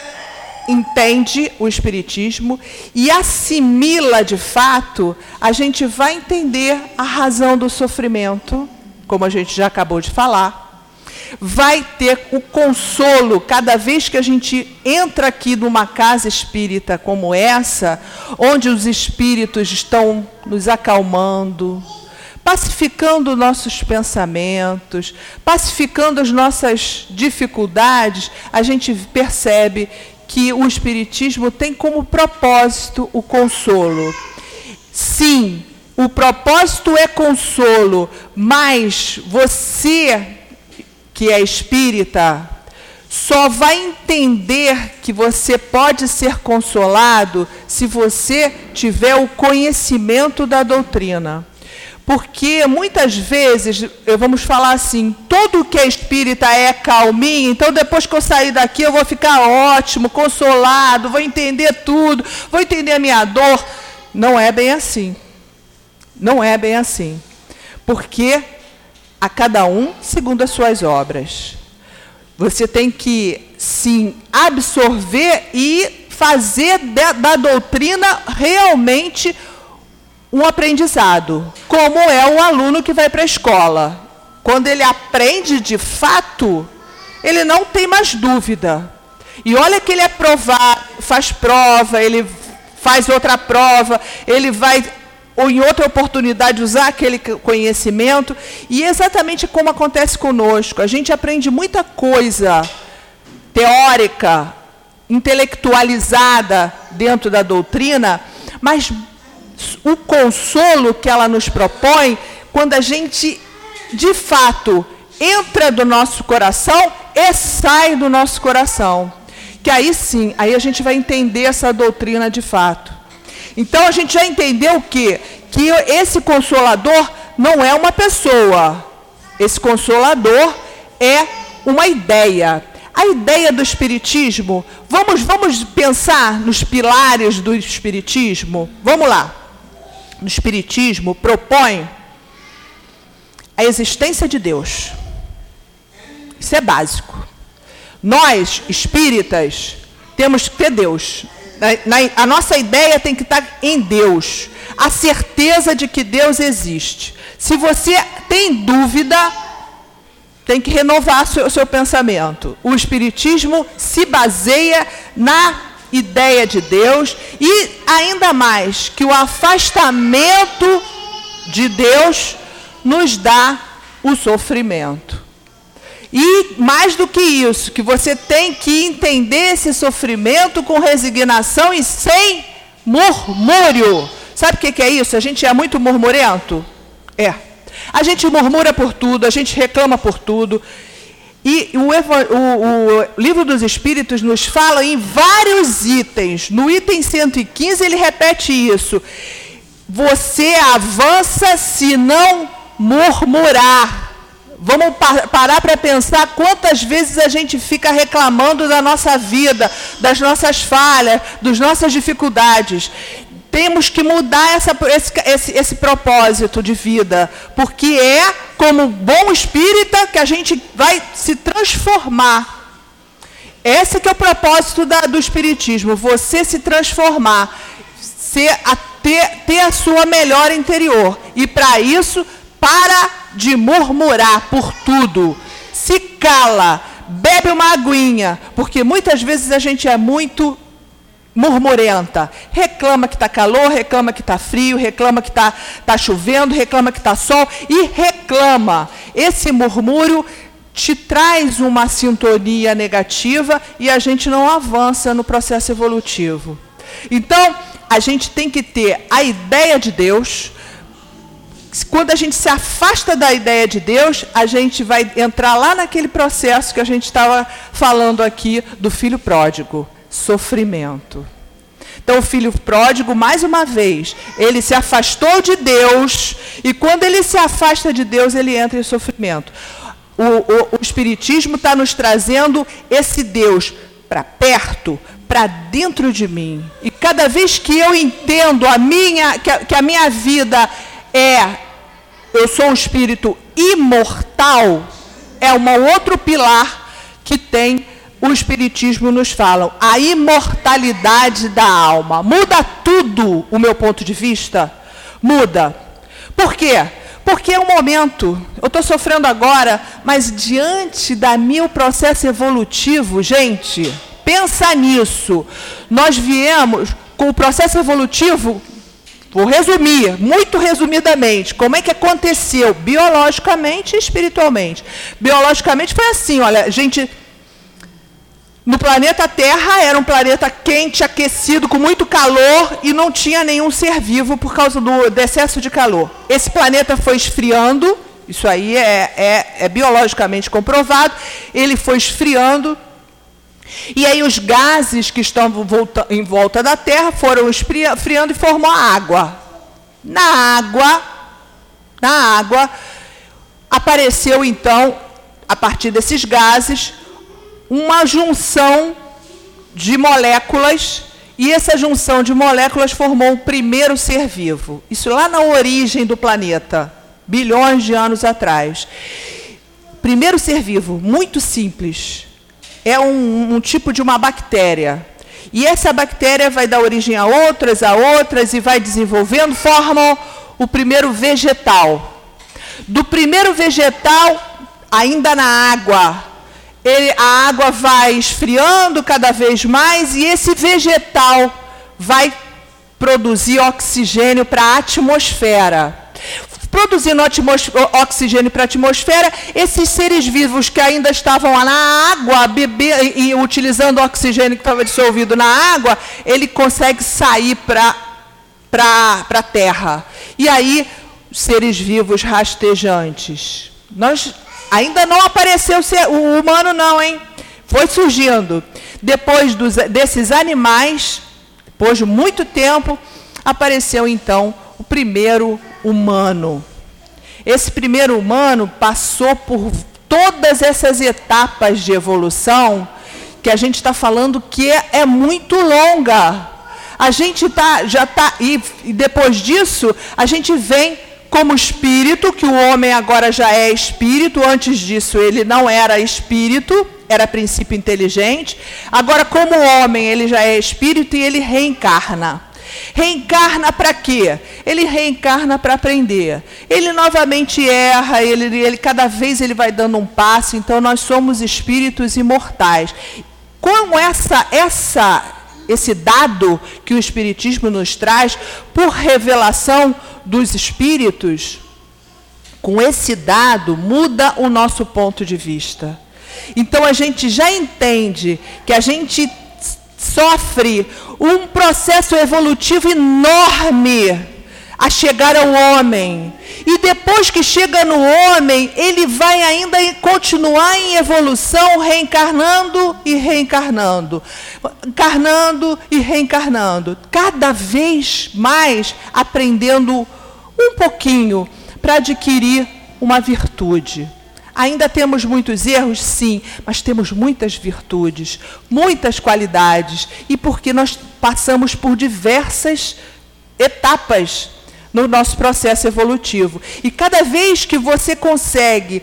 entende o Espiritismo e assimila de fato, a gente vai entender a razão do sofrimento, como a gente já acabou de falar, vai ter o consolo cada vez que a gente entra aqui numa casa espírita como essa, onde os espíritos estão nos acalmando, pacificando nossos pensamentos, pacificando as nossas dificuldades, a gente percebe que o Espiritismo tem como propósito o consolo. Sim, o propósito é consolo, mas você que é espírita, só vai entender que você pode ser consolado se você tiver o conhecimento da doutrina. Porque muitas vezes, eu vamos falar assim, todo que é espírita é calminho, então depois que eu sair daqui eu vou ficar ótimo, consolado, vou entender tudo, vou entender a minha dor. Não é bem assim. Não é bem assim. Porque a cada um segundo as suas obras. Você tem que, sim, absorver e fazer da, da doutrina realmente um aprendizado, como é o aluno que vai para a escola. Quando ele aprende de fato, ele não tem mais dúvida. E olha que ele é provado, faz prova, ele faz outra prova, ele vai, ou em outra oportunidade, usar aquele conhecimento. E é exatamente como acontece conosco. A gente aprende muita coisa teórica, intelectualizada dentro da doutrina, mas o consolo que ela nos propõe, quando a gente, de fato, entra do nosso coração e sai do nosso coração. Que aí sim, aí a gente vai entender essa doutrina de fato. Então a gente já entendeu o quê? Que esse Consolador não é uma pessoa. Esse Consolador é uma ideia. A ideia do Espiritismo, vamos, vamos pensar nos pilares do Espiritismo? Vamos lá. No Espiritismo propõe a existência de Deus. Isso é básico. Nós, espíritas, temos que ter Deus. Na, na, a nossa ideia tem que estar em Deus. A certeza de que Deus existe. Se você tem dúvida, tem que renovar o seu, seu pensamento. O Espiritismo se baseia na ideia de Deus e, ainda mais, que o afastamento de Deus nos dá o sofrimento. E, mais do que isso, que você tem que entender esse sofrimento com resignação e sem murmúrio. Sabe o que é isso? A gente é muito murmurento? É. A gente murmura por tudo, a gente reclama por tudo. E o, o, o Livro dos Espíritos nos fala em vários itens. No item cento e quinze ele repete isso. Você avança se não murmurar. Vamos parar para pensar quantas vezes a gente fica reclamando da nossa vida, das nossas falhas, das nossas dificuldades. Temos que mudar essa, esse, esse, esse propósito de vida, porque é como bom espírita que a gente vai se transformar. Esse que é o propósito da, do Espiritismo, você se transformar, ser, a, ter, ter a sua melhor interior. E para isso, para de murmurar por tudo. Se cala, bebe uma aguinha, porque muitas vezes a gente é muito murmurenta. Reclama que está calor, reclama que está frio, reclama que está tá chovendo, reclama que está sol e reclama. Esse murmúrio te traz uma sintonia negativa e a gente não avança no processo evolutivo. Então, a gente tem que ter a ideia de Deus. Quando a gente se afasta da ideia de Deus, a gente vai entrar lá naquele processo que a gente estava falando aqui do filho pródigo. Sofrimento. Então, o filho pródigo, mais uma vez, ele se afastou de Deus, e quando ele se afasta de Deus, ele entra em sofrimento. O, o, o Espiritismo está nos trazendo esse Deus para perto, para dentro de mim. E cada vez que eu entendo a minha, que, a, que a minha vida é, eu sou um espírito imortal, é um outro pilar que tem o Espiritismo nos fala, a imortalidade da alma. Muda tudo o meu ponto de vista? Muda. Por quê? Porque é um momento, eu estou sofrendo agora, mas diante da meu processo evolutivo, gente, pensa nisso. Nós viemos com o processo evolutivo, vou resumir, muito resumidamente, como é que aconteceu biologicamente e espiritualmente. Biologicamente foi assim, olha, a gente... No planeta Terra, era um planeta quente, aquecido, com muito calor, e não tinha nenhum ser vivo por causa do, do excesso de calor. Esse planeta foi esfriando, isso aí é, é, é biologicamente comprovado, ele foi esfriando, e aí os gases que estão volta, em volta da Terra foram esfriando e formou a água. Na água, na água, apareceu então, a partir desses gases, uma junção de moléculas, e essa junção de moléculas formou o primeiro ser vivo. Isso lá na origem do planeta, bilhões de anos atrás. Primeiro ser vivo, muito simples, é um, um tipo de uma bactéria. E essa bactéria vai dar origem a outras, a outras, e vai desenvolvendo, formam o primeiro vegetal. Do primeiro vegetal, ainda na água, ele, a água vai esfriando cada vez mais e esse vegetal vai produzir oxigênio para a atmosfera. Produzindo oxigênio para a atmosfera, esses seres vivos que ainda estavam lá na água, beber, e utilizando o oxigênio que estava dissolvido na água, ele consegue sair para a terra. E aí, os seres vivos rastejantes. Nós, ainda não apareceu o humano não, hein? Foi surgindo. Depois dos, desses animais, depois de muito tempo, apareceu então o primeiro humano. Esse primeiro humano passou por todas essas etapas de evolução que a gente está falando que é, é muito longa. A gente tá, já está, e, e depois disso, a gente vem como espírito, que o homem agora já é espírito, antes disso ele não era espírito, era princípio inteligente. Agora, como homem, ele já é espírito e ele reencarna. Reencarna para quê? Ele reencarna para aprender. Ele novamente erra, ele, ele, cada vez ele vai dando um passo, então nós somos espíritos imortais. Com essa, essa, esse dado que o Espiritismo nos traz, por revelação dos espíritos, com esse dado muda o nosso ponto de vista. Então a gente já entende que a gente sofre um processo evolutivo enorme a chegar ao homem. E depois que chega no homem, ele vai ainda continuar em evolução, reencarnando e reencarnando. Encarnando e reencarnando. Cada vez mais aprendendo um pouquinho para adquirir uma virtude. Ainda temos muitos erros, sim, mas temos muitas virtudes, muitas qualidades, e porque nós passamos por diversas etapas no nosso processo evolutivo. E cada vez que você consegue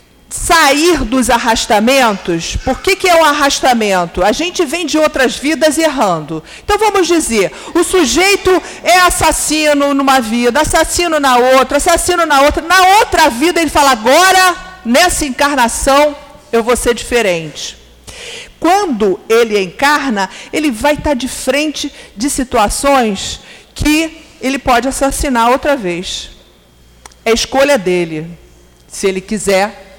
sair dos arrastamentos, por que que é um arrastamento? A gente vem de outras vidas errando. Então vamos dizer, o sujeito é assassino numa vida, assassino na outra, assassino na outra, na outra vida ele fala, agora, nessa encarnação, eu vou ser diferente. Quando ele encarna, ele vai estar de frente de situações que ele pode assassinar outra vez. É escolha dele. Se ele quiser,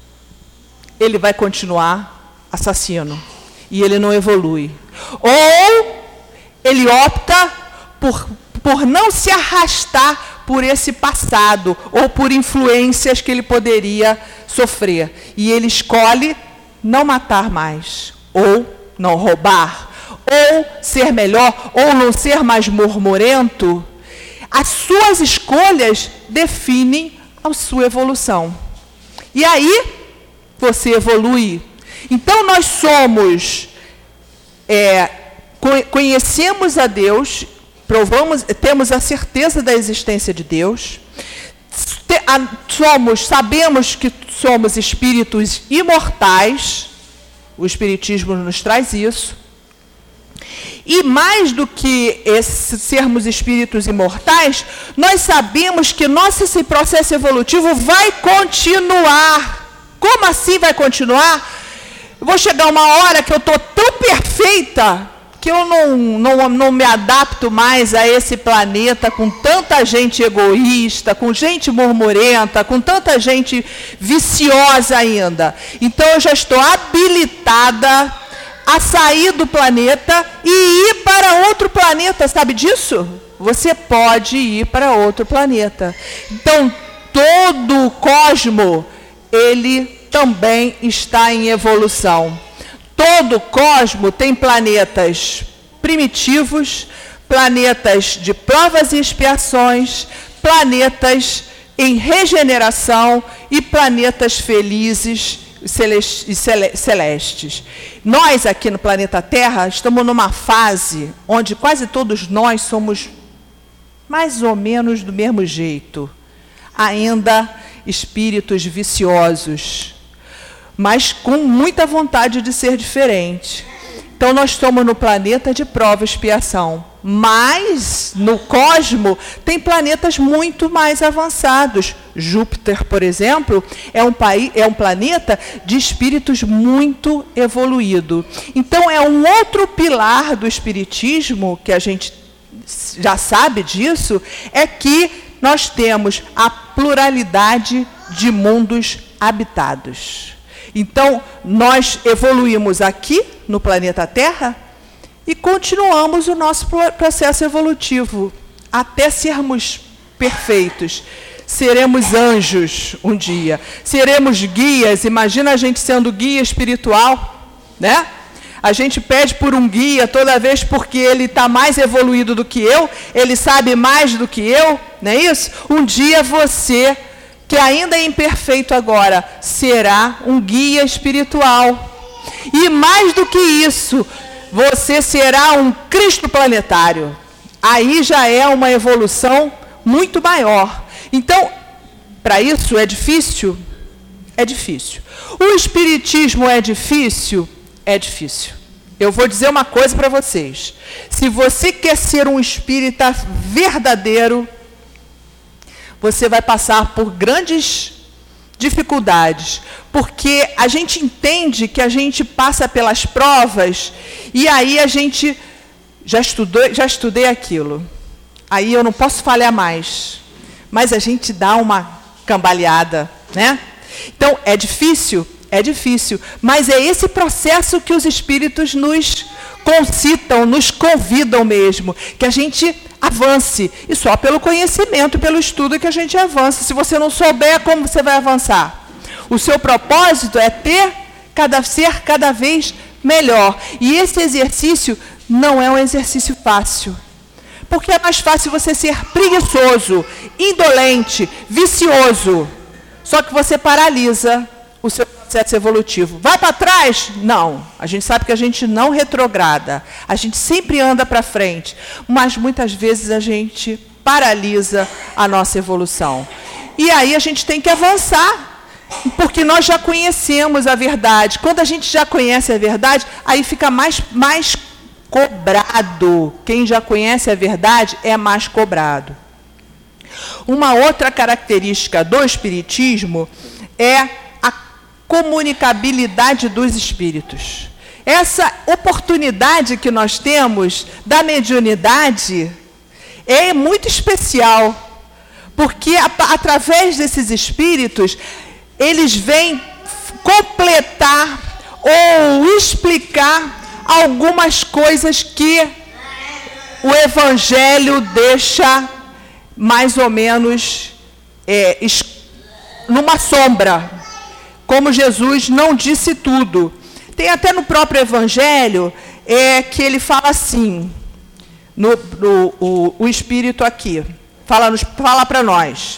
ele vai continuar assassino. E ele não evolui. Ou ele opta por, por não se arrastar por esse passado, ou por influências que ele poderia sofrer. E ele escolhe não matar mais, ou não roubar, ou ser melhor, ou não ser mais murmurento. As suas escolhas definem a sua evolução. E aí, você evolui. Então, nós somos, é, conhecemos a Deus, provamos, temos a certeza da existência de Deus, te, a, somos, sabemos que somos espíritos imortais, o Espiritismo nos traz isso, e mais do que esse, sermos espíritos imortais, nós sabemos que nosso esse processo evolutivo vai continuar. Como assim vai continuar? Eu vou chegar uma hora que eu estou tão perfeita que eu não, não, não me adapto mais a esse planeta com tanta gente egoísta, com gente murmurenta, com tanta gente viciosa ainda. Então eu já estou habilitada a sair do planeta e ir para outro planeta, sabe disso? Você pode ir para outro planeta. Então, todo o cosmo, ele também está em evolução. Todo o cosmo tem planetas primitivos, planetas de provas e expiações, planetas em regeneração e planetas felizes e celestes. Nós aqui no planeta Terra estamos numa fase onde quase todos nós somos mais ou menos do mesmo jeito, ainda espíritos viciosos, mas com muita vontade de ser diferente. Então nós estamos no planeta de prova e expiação, mas no cosmo tem planetas muito mais avançados, Júpiter, por exemplo, é um, país, é um planeta de espíritos muito evoluído. Então, é um outro pilar do espiritismo, que a gente já sabe disso, é que nós temos a pluralidade de mundos habitados. Então, nós evoluímos aqui, no planeta Terra, e continuamos o nosso processo evolutivo, até sermos perfeitos. Seremos anjos um dia, seremos guias. Imagina a gente sendo guia espiritual, né? A gente pede por um guia toda vez porque ele está mais evoluído do que eu, ele sabe mais do que eu, não é isso? Um dia você, que ainda é imperfeito agora, será um guia espiritual. E mais do que isso, você será um Cristo planetário. Aí já é uma evolução muito maior. Então, para isso é difícil? É difícil. O espiritismo é difícil? É difícil. Eu vou dizer uma coisa para vocês. Se você quer ser um espírita verdadeiro, você vai passar por grandes dificuldades, porque a gente entende que a gente passa pelas provas e aí a gente já estudou, já estudei aquilo. Aí eu não posso falhar mais. Mas a gente dá uma cambaleada, né? Então, é difícil? É difícil. Mas é esse processo que os espíritos nos concitam, nos convidam mesmo, que a gente avance. E só pelo conhecimento, pelo estudo que a gente avança. Se você não souber, como você vai avançar? O seu propósito é ter, cada, ser cada vez melhor. E esse exercício não é um exercício fácil. Porque é mais fácil você ser preguiçoso, indolente, vicioso. Só que você paralisa o seu processo evolutivo. Vai para trás? Não. A gente sabe que a gente não retrograda. A gente sempre anda para frente. Mas muitas vezes a gente paralisa a nossa evolução. E aí a gente tem que avançar. Porque nós já conhecemos a verdade. Quando a gente já conhece a verdade, aí fica mais, mais cobrado. Quem já conhece a verdade é mais cobrado. Uma outra característica do espiritismo é a comunicabilidade dos espíritos. Essa oportunidade que nós temos da mediunidade é muito especial, porque a, através desses espíritos, eles vêm completar ou explicar algumas coisas que o Evangelho deixa mais ou menos é, numa sombra, como Jesus não disse tudo. Tem até no próprio Evangelho é, que ele fala assim, no, no, o, o Espírito aqui, fala, fala para nós.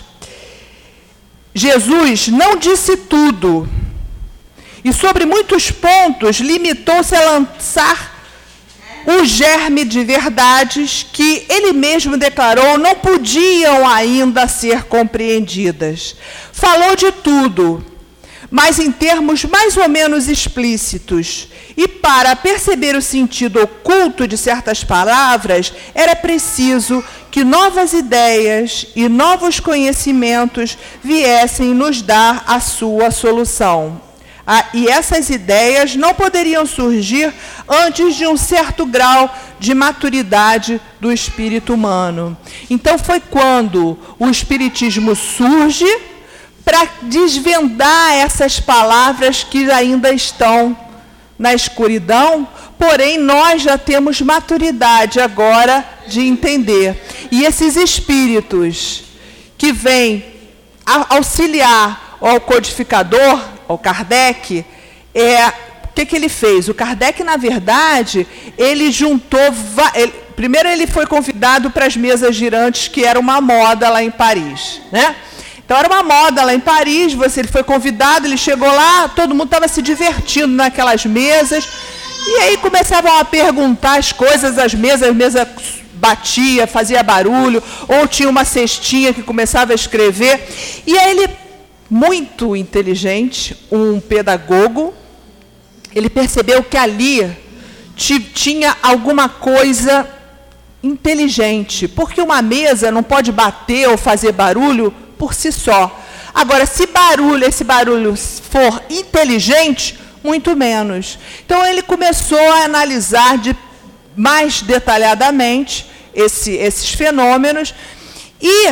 Jesus não disse tudo, e sobre muitos pontos limitou-se a lançar o germe de verdades que ele mesmo declarou não podiam ainda ser compreendidas. Falou de tudo, mas em termos mais ou menos explícitos. E para perceber o sentido oculto de certas palavras, era preciso que novas ideias e novos conhecimentos viessem nos dar a sua solução. Ah, e essas ideias não poderiam surgir antes de um certo grau de maturidade do espírito humano. Então foi quando o espiritismo surge para desvendar essas palavras que ainda estão na escuridão, porém nós já temos maturidade agora de entender. E esses espíritos que vêm auxiliar ao codificador, ao Kardec, é, o que, que ele fez? O Kardec, na verdade, ele juntou... Ele, primeiro ele foi convidado para as mesas girantes, que era uma moda lá em Paris, né? Então, era uma moda lá em Paris, você, ele foi convidado, ele chegou lá, todo mundo estava se divertindo naquelas mesas, e aí começavam a perguntar as coisas, as mesas, a mesa batia, fazia barulho, ou tinha uma cestinha que começava a escrever, e aí ele, muito inteligente, um pedagogo, ele percebeu que ali tinha alguma coisa inteligente, porque uma mesa não pode bater ou fazer barulho por si só, Agora, se barulho, esse barulho for inteligente, muito menos. Então, ele começou a analisar de, mais detalhadamente esse, esses fenômenos e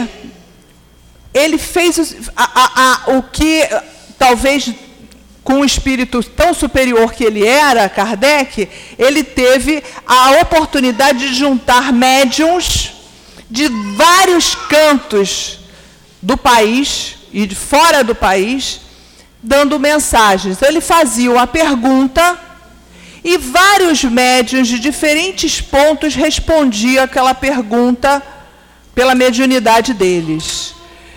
ele fez a, a, a, o que, talvez, com um espírito tão superior que ele era, Kardec, ele teve a oportunidade de juntar médiums de vários cantos do país e de fora do país, dando mensagens. Então, ele fazia uma pergunta e vários médiuns de diferentes pontos respondiam aquela pergunta pela mediunidade deles.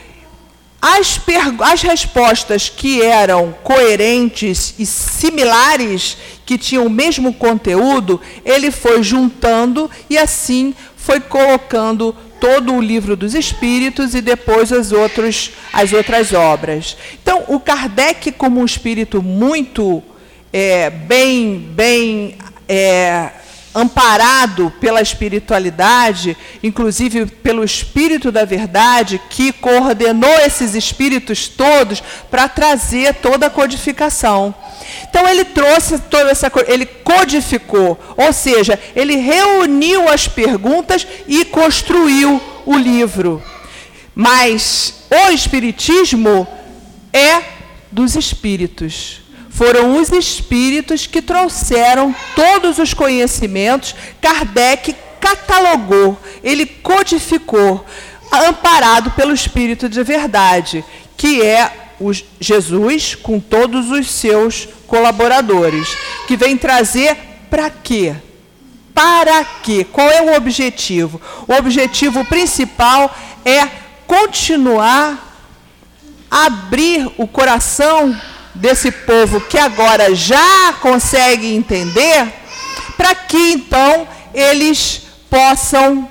As, as respostas que eram coerentes e similares, que tinham o mesmo conteúdo, ele foi juntando e assim foi colocando todo o livro dos Espíritos e depois as, outros, as outras obras. Então, o Kardec, como um espírito muito é, bem, bem é, amparado pela espiritualidade, inclusive pelo Espírito da Verdade, que coordenou esses espíritos todos para trazer toda a codificação. Então, ele trouxe toda essa coisa, ele codificou, ou seja, ele reuniu as perguntas e construiu o livro. Mas o Espiritismo é dos espíritos. Foram os espíritos que trouxeram todos os conhecimentos. Kardec catalogou, ele codificou, amparado pelo Espírito de Verdade, que é o Jesus com todos os seus colaboradores, que vem trazer para quê? Para quê? Qual é o objetivo? O objetivo principal é continuar a abrir o coração desse povo que agora já consegue entender, para que então eles possam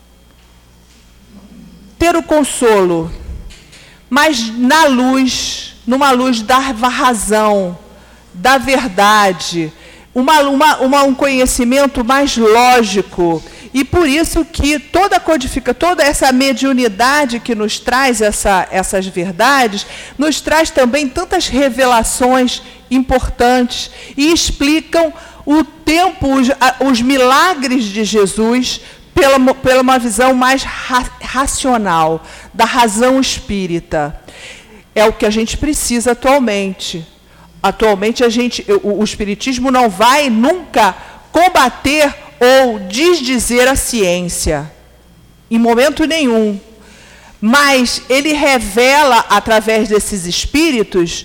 ter o consolo, mas na luz, numa luz da razão, da verdade, uma, uma, uma, um conhecimento mais lógico. E por isso que toda a codifica, toda essa mediunidade que nos traz essa, essas verdades, nos traz também tantas revelações importantes e explicam o tempo, os, os milagres de Jesus pela, pela uma visão mais ra, racional, da razão espírita. É o que a gente precisa atualmente. Atualmente, a gente, o, o Espiritismo não vai nunca combater ou desdizer a ciência, em momento nenhum. Mas ele revela, através desses espíritos,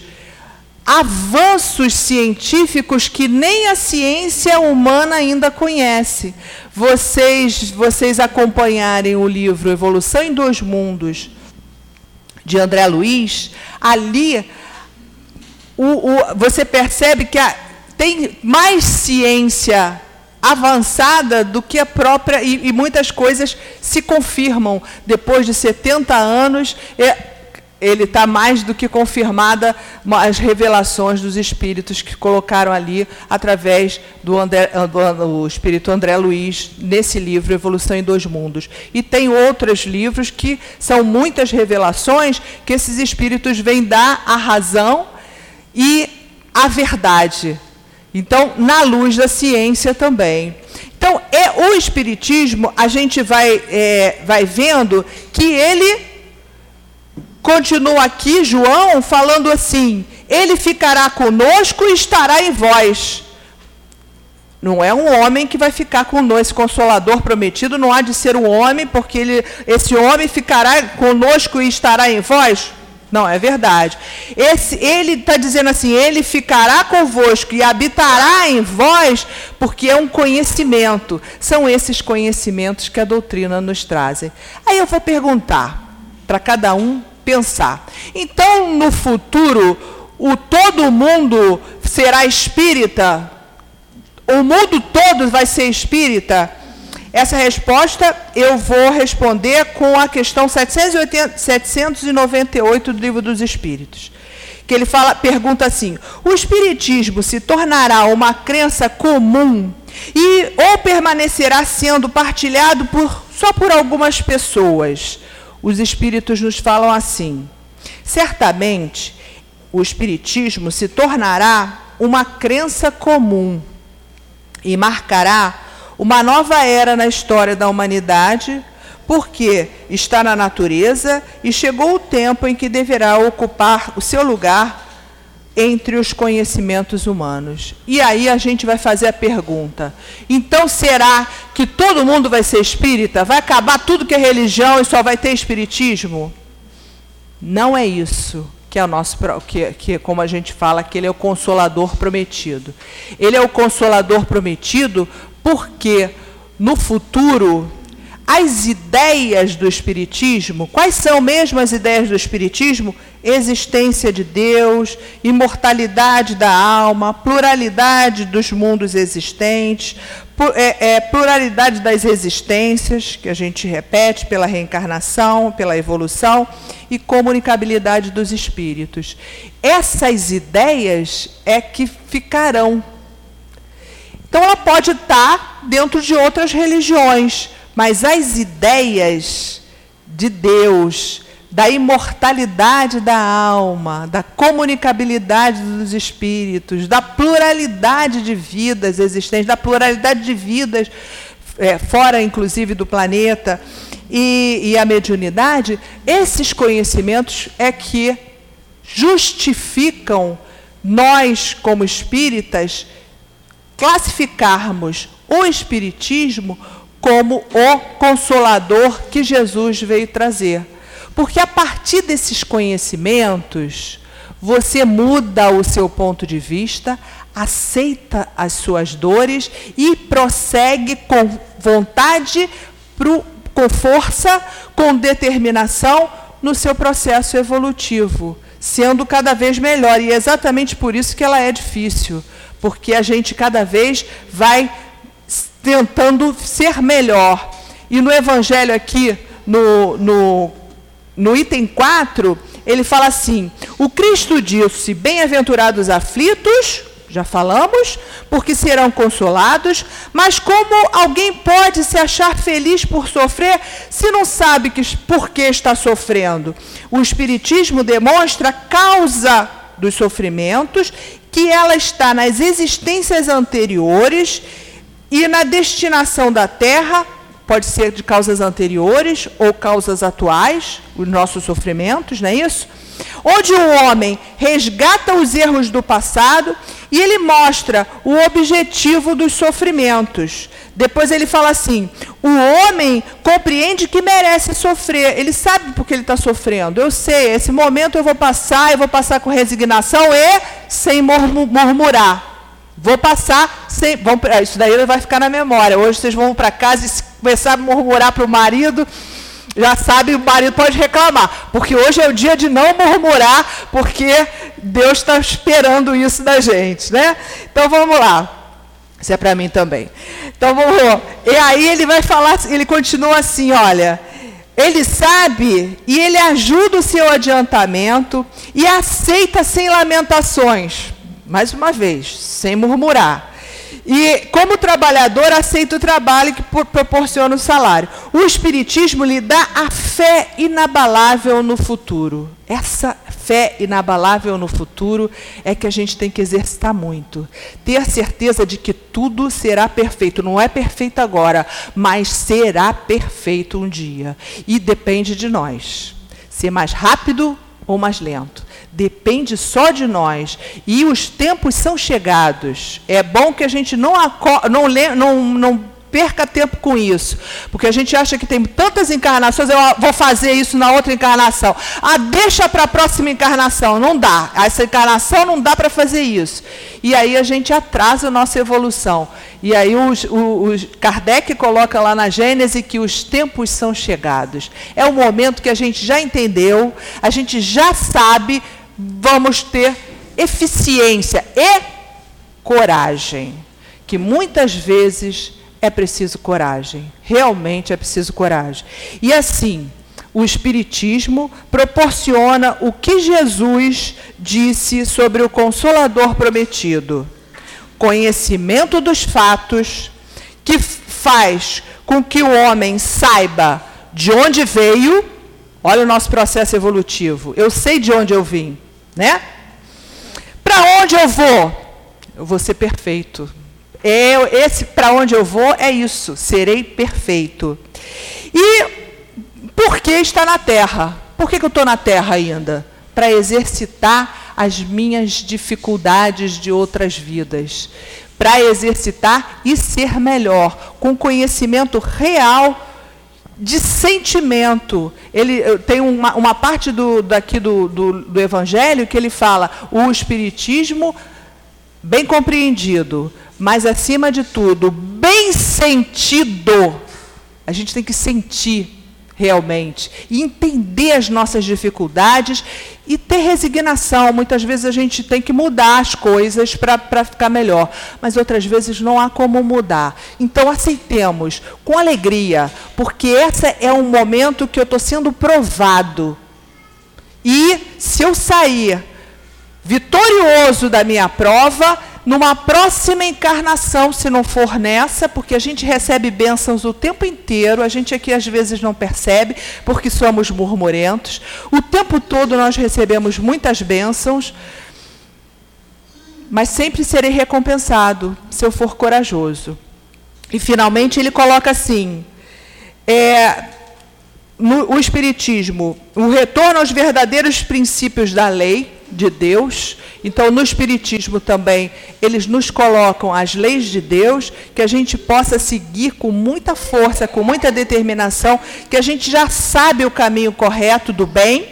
avanços científicos que nem a ciência humana ainda conhece. Vocês, vocês acompanharem o livro Evolução em Dois Mundos, de André Luiz, ali o, o, você percebe que a, tem mais ciência avançada do que a própria, e, e muitas coisas se confirmam. Depois de setenta anos, é, ele está mais do que confirmada as revelações dos espíritos que colocaram ali, através do, André, do, do espírito André Luiz, nesse livro, Evolução em Dois Mundos. E tem outros livros que são muitas revelações que esses espíritos vêm dar a razão e a verdade. Então, na luz da ciência também. Então, é, o Espiritismo, a gente vai, é, vai vendo que ele continua aqui, João, falando assim, ele ficará conosco e estará em vós. Não é um homem que vai ficar conosco, esse Consolador prometido não há de ser um homem, porque ele, esse homem ficará conosco e estará em vós. Não, é verdade. Esse, ele está dizendo assim, ele ficará convosco e habitará em vós, porque é um conhecimento. São esses conhecimentos que a doutrina nos traz. Aí eu vou perguntar, para cada um pensar. Então, no futuro, o, todo mundo será espírita? O mundo todo vai ser espírita? Essa resposta eu vou responder com a questão setecentos e noventa e oito do Livro dos Espíritos, que ele fala, pergunta assim, o Espiritismo se tornará uma crença comum e ou permanecerá sendo partilhado por, só por algumas pessoas? Os Espíritos nos falam assim, Certamente, o Espiritismo se tornará uma crença comum e marcará uma nova era na história da humanidade, porque está na natureza e chegou o tempo em que deverá ocupar o seu lugar entre os conhecimentos humanos. E aí a gente vai fazer a pergunta: então será que todo mundo vai ser espírita? Vai acabar tudo que é religião e só vai ter espiritismo? Não é isso que é o nosso, que, que como a gente fala, que ele é o consolador prometido. Ele é o consolador prometido porque no futuro as ideias do Espiritismo, quais são mesmo as ideias do Espiritismo? Existência de Deus, imortalidade da alma, pluralidade dos mundos existentes, é, é, pluralidade das existências, que a gente repete pela reencarnação, pela evolução, e comunicabilidade dos espíritos. Essas ideias é que ficarão. Então, ela pode estar dentro de outras religiões, mas as ideias de Deus, da imortalidade da alma, da comunicabilidade dos espíritos, da pluralidade de vidas existentes, da pluralidade de vidas, é, fora inclusive do planeta, e, e a mediunidade, esses conhecimentos é que justificam nós, como espíritas, classificarmos o Espiritismo como o consolador que Jesus veio trazer. Porque a partir desses conhecimentos, você muda o seu ponto de vista, aceita as suas dores e prossegue com vontade, pro, com força, com determinação no seu processo evolutivo, sendo cada vez melhor. E é exatamente por isso que ela é difícil, porque a gente cada vez vai tentando ser melhor. E no Evangelho aqui, no, no, no item quatro, ele fala assim: o Cristo disse, bem-aventurados aflitos, já falamos, porque serão consolados, mas como alguém pode se achar feliz por sofrer, se não sabe que, por que está sofrendo? O Espiritismo demonstra a causa dos sofrimentos, que ela está nas existências anteriores e na destinação da Terra, pode ser de causas anteriores ou causas atuais, os nossos sofrimentos, não é isso? Onde o homem resgata os erros do passado e ele mostra o objetivo dos sofrimentos. Depois ele fala assim: o homem compreende que merece sofrer, ele sabe por que ele está sofrendo. Eu sei, esse momento eu vou passar, eu vou passar com resignação e sem murmurar. Vou passar sem... Vão, isso daí vai ficar na memória. Hoje vocês vão para casa e começar a murmurar para o marido, já sabe, o marido pode reclamar, porque hoje é o dia de não murmurar, porque Deus está esperando isso da gente, né? Então vamos lá. Isso é para mim também. Então vamos lá. E aí ele vai falar, ele continua assim, olha, ele sabe e ele ajuda o seu adiantamento e aceita sem lamentações, mais uma vez, sem murmurar. E, como trabalhador, aceita o trabalho que proporciona o salário. O Espiritismo lhe dá a fé inabalável no futuro. Essa fé inabalável no futuro é que a gente tem que exercitar muito. Ter certeza de que tudo será perfeito. Não é perfeito agora, mas será perfeito um dia. E depende de nós. Ser mais rápido ou mais lento. Depende só de nós. E os tempos são chegados. É bom que a gente não, não, não, não perca tempo com isso. Porque a gente acha que tem tantas encarnações, eu vou fazer isso na outra encarnação. Ah, deixa para a próxima encarnação. Não dá. Essa encarnação não dá para fazer isso. E aí a gente atrasa a nossa evolução. E aí os, os, Kardec coloca lá na Gênese que os tempos são chegados. É o momento que a gente já entendeu, a gente já sabe, vamos ter eficiência e coragem. Que muitas vezes é preciso coragem. Realmente é preciso coragem. E assim, o Espiritismo proporciona o que Jesus disse sobre o Consolador prometido. Conhecimento dos fatos, que faz com que o homem saiba de onde veio, Olha o nosso processo evolutivo. Eu sei de onde eu vim, né? Para onde eu vou? Eu vou ser perfeito. Eu, esse para onde eu vou é isso, serei perfeito. E por que está na Terra? Por que, que eu estou na Terra ainda? Para exercitar as minhas dificuldades de outras vidas. Para exercitar e ser melhor, com conhecimento real de sentimento. Ele tem uma, uma parte do, daqui do, do, do Evangelho que ele fala o Espiritismo bem compreendido, mas, acima de tudo, bem sentido. A gente tem que sentir realmente, e entender as nossas dificuldades e ter resignação. Muitas vezes a gente tem que mudar as coisas para ficar melhor, mas outras vezes não há como mudar. Então, aceitemos com alegria, porque esse é um momento que eu estou sendo provado. E se eu sair vitorioso da minha prova, numa próxima encarnação, se não for nessa, porque a gente recebe bênçãos o tempo inteiro, a gente aqui às vezes não percebe, porque somos murmurentos, o tempo todo nós recebemos muitas bênçãos, mas sempre serei recompensado, se eu for corajoso. E, finalmente, ele coloca assim, é, no, o Espiritismo, o retorno aos verdadeiros princípios da lei de Deus. Então, no Espiritismo também, eles nos colocam as leis de Deus, que a gente possa seguir com muita força, com muita determinação, que a gente já sabe o caminho correto do bem,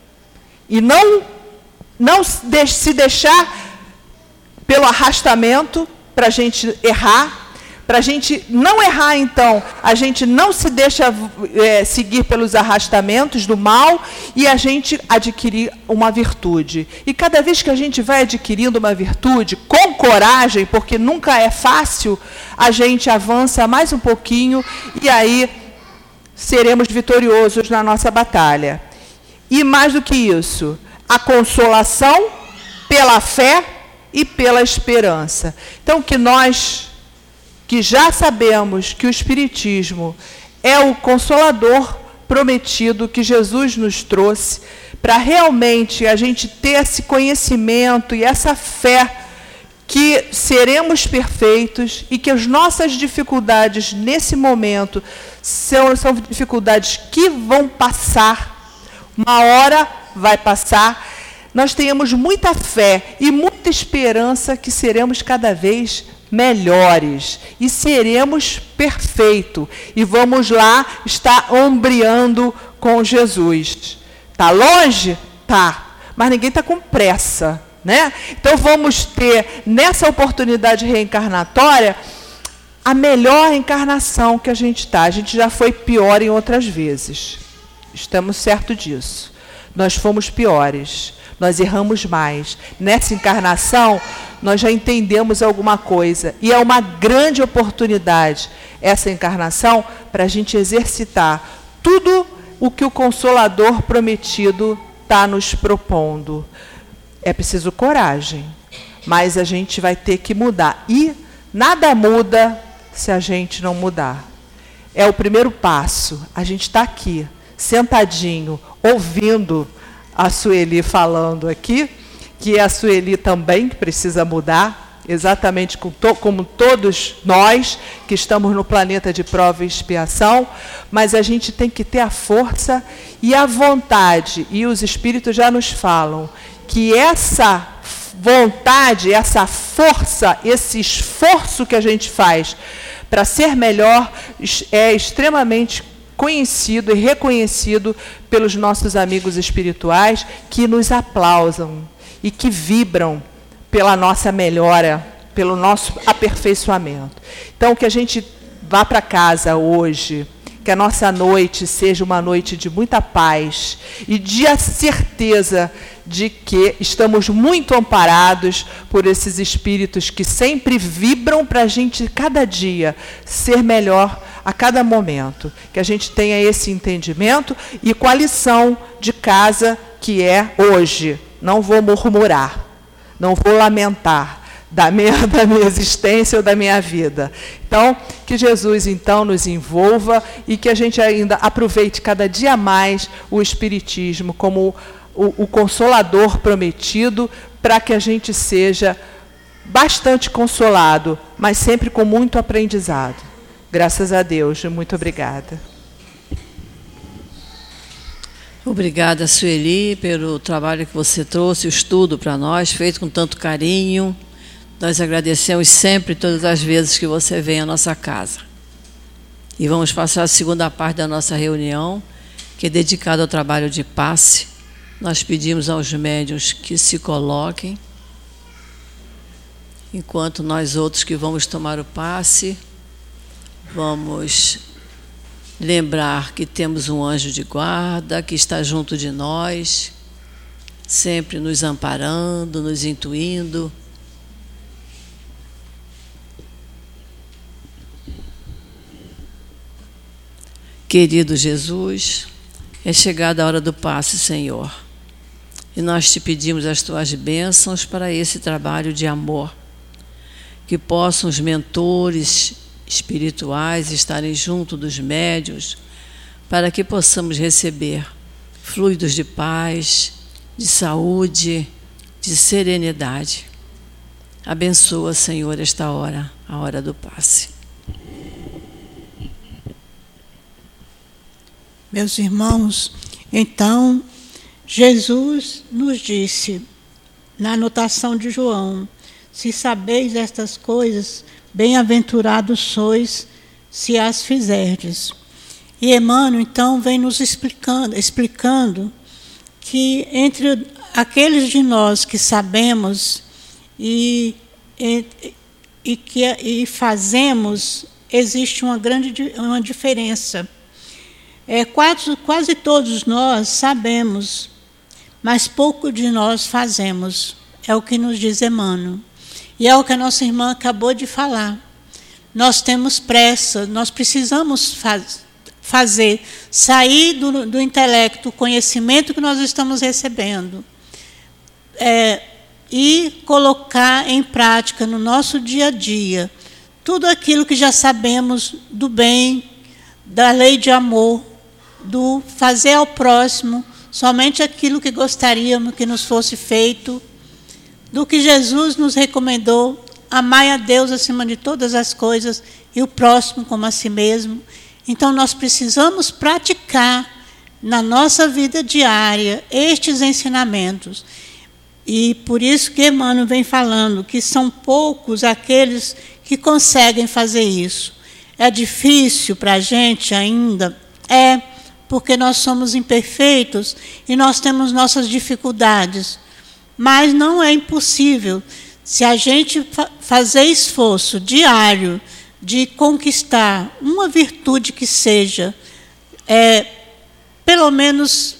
e não, não se deixar pelo arrastamento para a gente errar. Para a gente não errar, então, a gente não se deixa é, seguir pelos arrastamentos do mal e a gente adquirir uma virtude. E cada vez que a gente vai adquirindo uma virtude, com coragem, porque nunca é fácil, a gente avança mais um pouquinho e aí seremos vitoriosos na nossa batalha. E mais do que isso, a consolação pela fé e pela esperança. Então, que nós... que já sabemos que o Espiritismo é o consolador prometido que Jesus nos trouxe, para realmente a gente ter esse conhecimento e essa fé que seremos perfeitos e que as nossas dificuldades nesse momento são, são dificuldades que vão passar, uma hora vai passar. Nós tenhamos muita fé e muita esperança que seremos cada vez melhores e seremos perfeitos e vamos lá estar ombreando com Jesus. Está longe? Tá, mas ninguém está com pressa, né? Então vamos ter nessa oportunidade reencarnatória a melhor encarnação que a gente está. A gente já foi pior em outras vezes, estamos certos disso. Nós fomos piores, nós erramos mais. Nessa encarnação, nós já entendemos alguma coisa. E é uma grande oportunidade, essa encarnação, para a gente exercitar tudo o que o Consolador prometido está nos propondo. É preciso coragem, mas a gente vai ter que mudar. E nada muda se a gente não mudar. É o primeiro passo. A gente está aqui, sentadinho, ouvindo a Sueli falando aqui, que é a Sueli também que precisa mudar, exatamente como, to, como todos nós que estamos no planeta de prova e expiação, mas a gente tem que ter a força e a vontade, e os espíritos já nos falam que essa vontade, essa força, esse esforço que a gente faz para ser melhor é extremamente conhecido e reconhecido pelos nossos amigos espirituais, que nos aplausam e que vibram pela nossa melhora, pelo nosso aperfeiçoamento. Então, que a gente vá para casa hoje, que a nossa noite seja uma noite de muita paz e de a certeza de que estamos muito amparados por esses espíritos que sempre vibram para a gente, cada dia, ser melhor a cada momento. Que a gente tenha esse entendimento e com a lição de casa que é hoje. Não vou murmurar, não vou lamentar. da minha, da minha existência ou da minha vida. Então, que Jesus, então, nos envolva e que a gente ainda aproveite cada dia mais o Espiritismo como o, o consolador prometido, para que a gente seja bastante consolado, mas sempre com muito aprendizado. Graças a Deus. Muito obrigada. Obrigada, Sueli, pelo trabalho que você trouxe, o estudo para nós, feito com tanto carinho. Nós agradecemos sempre, todas as vezes que você vem à nossa casa. E vamos passar a segunda parte da nossa reunião, que é dedicada ao trabalho de passe. Nós pedimos aos médiuns que se coloquem, enquanto nós outros que vamos tomar o passe, vamos lembrar que temos um anjo de guarda que está junto de nós, sempre nos amparando, nos intuindo. Querido Jesus, é chegada a hora do passe, Senhor, e nós te pedimos as tuas bênçãos para esse trabalho de amor, que possam os mentores espirituais estarem junto dos médiuns, para que possamos receber fluidos de paz, de saúde, de serenidade. Abençoa, Senhor, esta hora, a hora do passe. Meus irmãos, então, Jesus nos disse, na anotação de João, se sabeis estas coisas, bem-aventurados sois, se as fizerdes. E Emmanuel, então, vem nos explicando, explicando que entre aqueles de nós que sabemos e, e, e que e fazemos, existe uma grande uma diferença. É, quase, quase todos nós sabemos, mas pouco de nós fazemos. É o que nos diz Emmanuel. E é o que a nossa irmã acabou de falar. Nós temos pressa, nós precisamos faz, fazer, sair do, do intelecto, o conhecimento que nós estamos recebendo, é, e colocar em prática no nosso dia a dia tudo aquilo que já sabemos do bem, da lei de amor, do fazer ao próximo somente aquilo que gostaríamos que nos fosse feito, do que Jesus nos recomendou, amai a Deus acima de todas as coisas e o próximo como a si mesmo. Então, nós precisamos praticar na nossa vida diária estes ensinamentos. E por isso que Emmanuel vem falando que são poucos aqueles que conseguem fazer isso. É difícil para a gente ainda? É, porque nós somos imperfeitos e nós temos nossas dificuldades. Mas não é impossível. Se a gente fa- fazer esforço diário de conquistar uma virtude que seja, é, pelo menos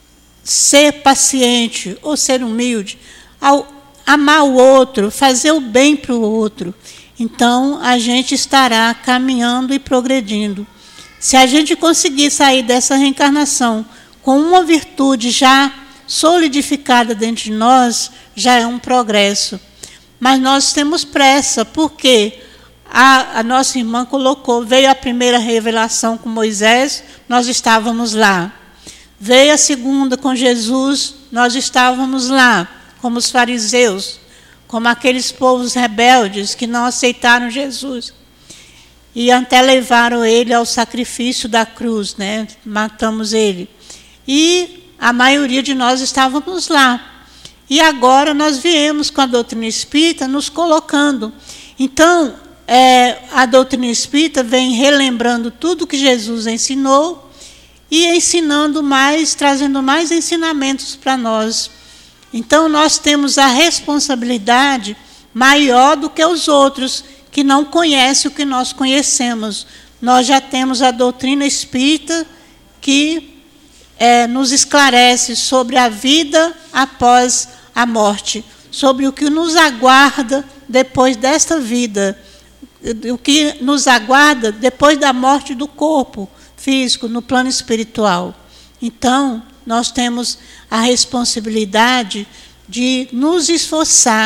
ser paciente ou ser humilde, ao amar o outro, fazer o bem para o outro, então a gente estará caminhando e progredindo. Se a gente conseguir sair dessa reencarnação com uma virtude já solidificada dentro de nós, já é um progresso. Mas nós temos pressa, porque a, a nossa irmã colocou, veio a primeira revelação com Moisés, nós estávamos lá. Veio a segunda com Jesus, nós estávamos lá, como os fariseus, como aqueles povos rebeldes que não aceitaram Jesus. E até levaram ele ao sacrifício da cruz, né? Matamos ele. E a maioria de nós estávamos lá. E agora nós viemos com a doutrina espírita nos colocando. Então, é, a doutrina espírita vem relembrando tudo que Jesus ensinou e ensinando mais, trazendo mais ensinamentos para nós. Então, nós temos a responsabilidade maior do que os outros, que não conhecem o que nós conhecemos. Nós já temos a doutrina espírita que é, nos esclarece sobre a vida após a morte, sobre o que nos aguarda depois desta vida, o que nos aguarda depois da morte do corpo físico, no plano espiritual. Então, nós temos a responsabilidade de nos esforçar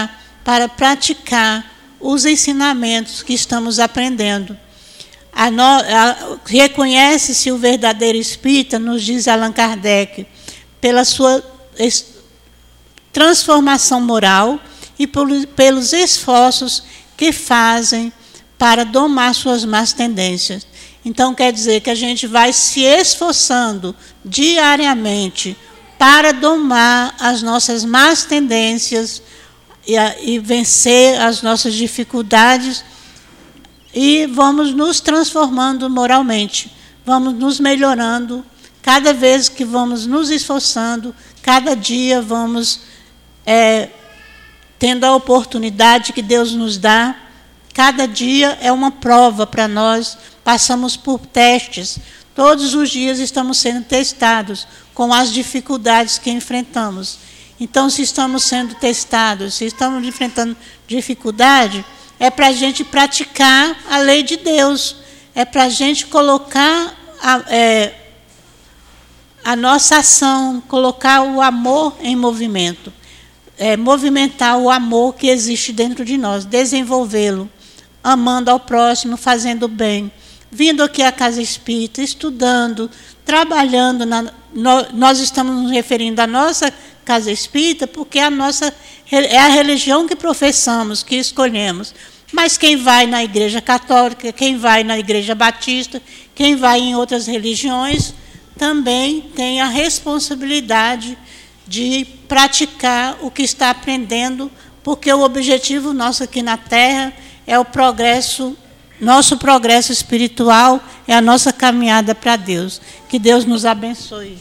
para praticar os ensinamentos que estamos aprendendo. A no, a, reconhece-se o verdadeiro espírita, nos diz Allan Kardec, pela sua es, transformação moral e por, pelos esforços que fazem para domar suas más tendências. Então, quer dizer que a gente vai se esforçando diariamente para domar as nossas más tendências e, a, e vencer as nossas dificuldades, e vamos nos transformando moralmente, vamos nos melhorando, cada vez que vamos nos esforçando, cada dia vamos é, tendo a oportunidade que Deus nos dá. Cada dia é uma prova para nós, passamos por testes, todos os dias estamos sendo testados com as dificuldades que enfrentamos. Então, se estamos sendo testados, se estamos enfrentando dificuldade, é para a gente praticar a lei de Deus, é para a gente colocar a, é, a nossa ação, colocar o amor em movimento, é, movimentar o amor que existe dentro de nós, desenvolvê-lo, amando ao próximo, fazendo bem, vindo aqui à Casa Espírita, estudando, trabalhando. Na, no, nós estamos nos referindo à nossa Casa Espírita porque a nossa, é a religião que professamos, que escolhemos. Mas quem vai na Igreja Católica, quem vai na Igreja Batista, quem vai em outras religiões, também tem a responsabilidade de praticar o que está aprendendo, porque o objetivo nosso aqui na Terra é o progresso, nosso progresso espiritual, é a nossa caminhada para Deus. Que Deus nos abençoe.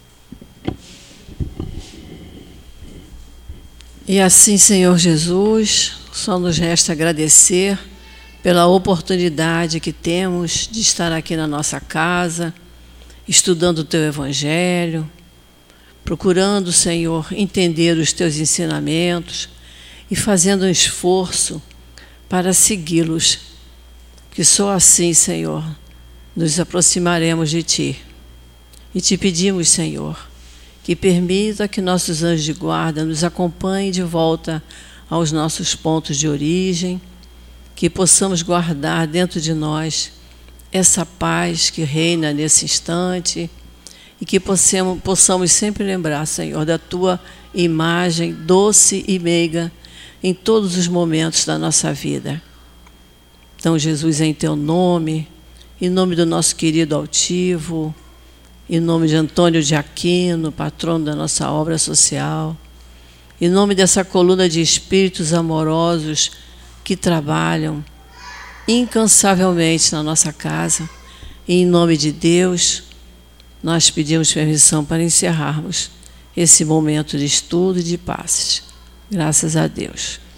E assim, Senhor Jesus, só nos resta agradecer pela oportunidade que temos de estar aqui na nossa casa, estudando o Teu Evangelho, procurando, Senhor, entender os Teus ensinamentos e fazendo um esforço para segui-los, que só assim, Senhor, nos aproximaremos de Ti. E Te pedimos, Senhor, que permita que nossos anjos de guarda nos acompanhem de volta aos nossos pontos de origem, que possamos guardar dentro de nós essa paz que reina nesse instante e que possamos, possamos sempre lembrar, Senhor, da Tua imagem doce e meiga em todos os momentos da nossa vida. Então, Jesus, em Teu nome, em nome do nosso querido altivo, em nome de Antônio de Aquino, patrono da nossa obra social, em nome dessa coluna de espíritos amorosos que trabalham incansavelmente na nossa casa, e em nome de Deus, nós pedimos permissão para encerrarmos esse momento de estudo e de passes. Graças a Deus.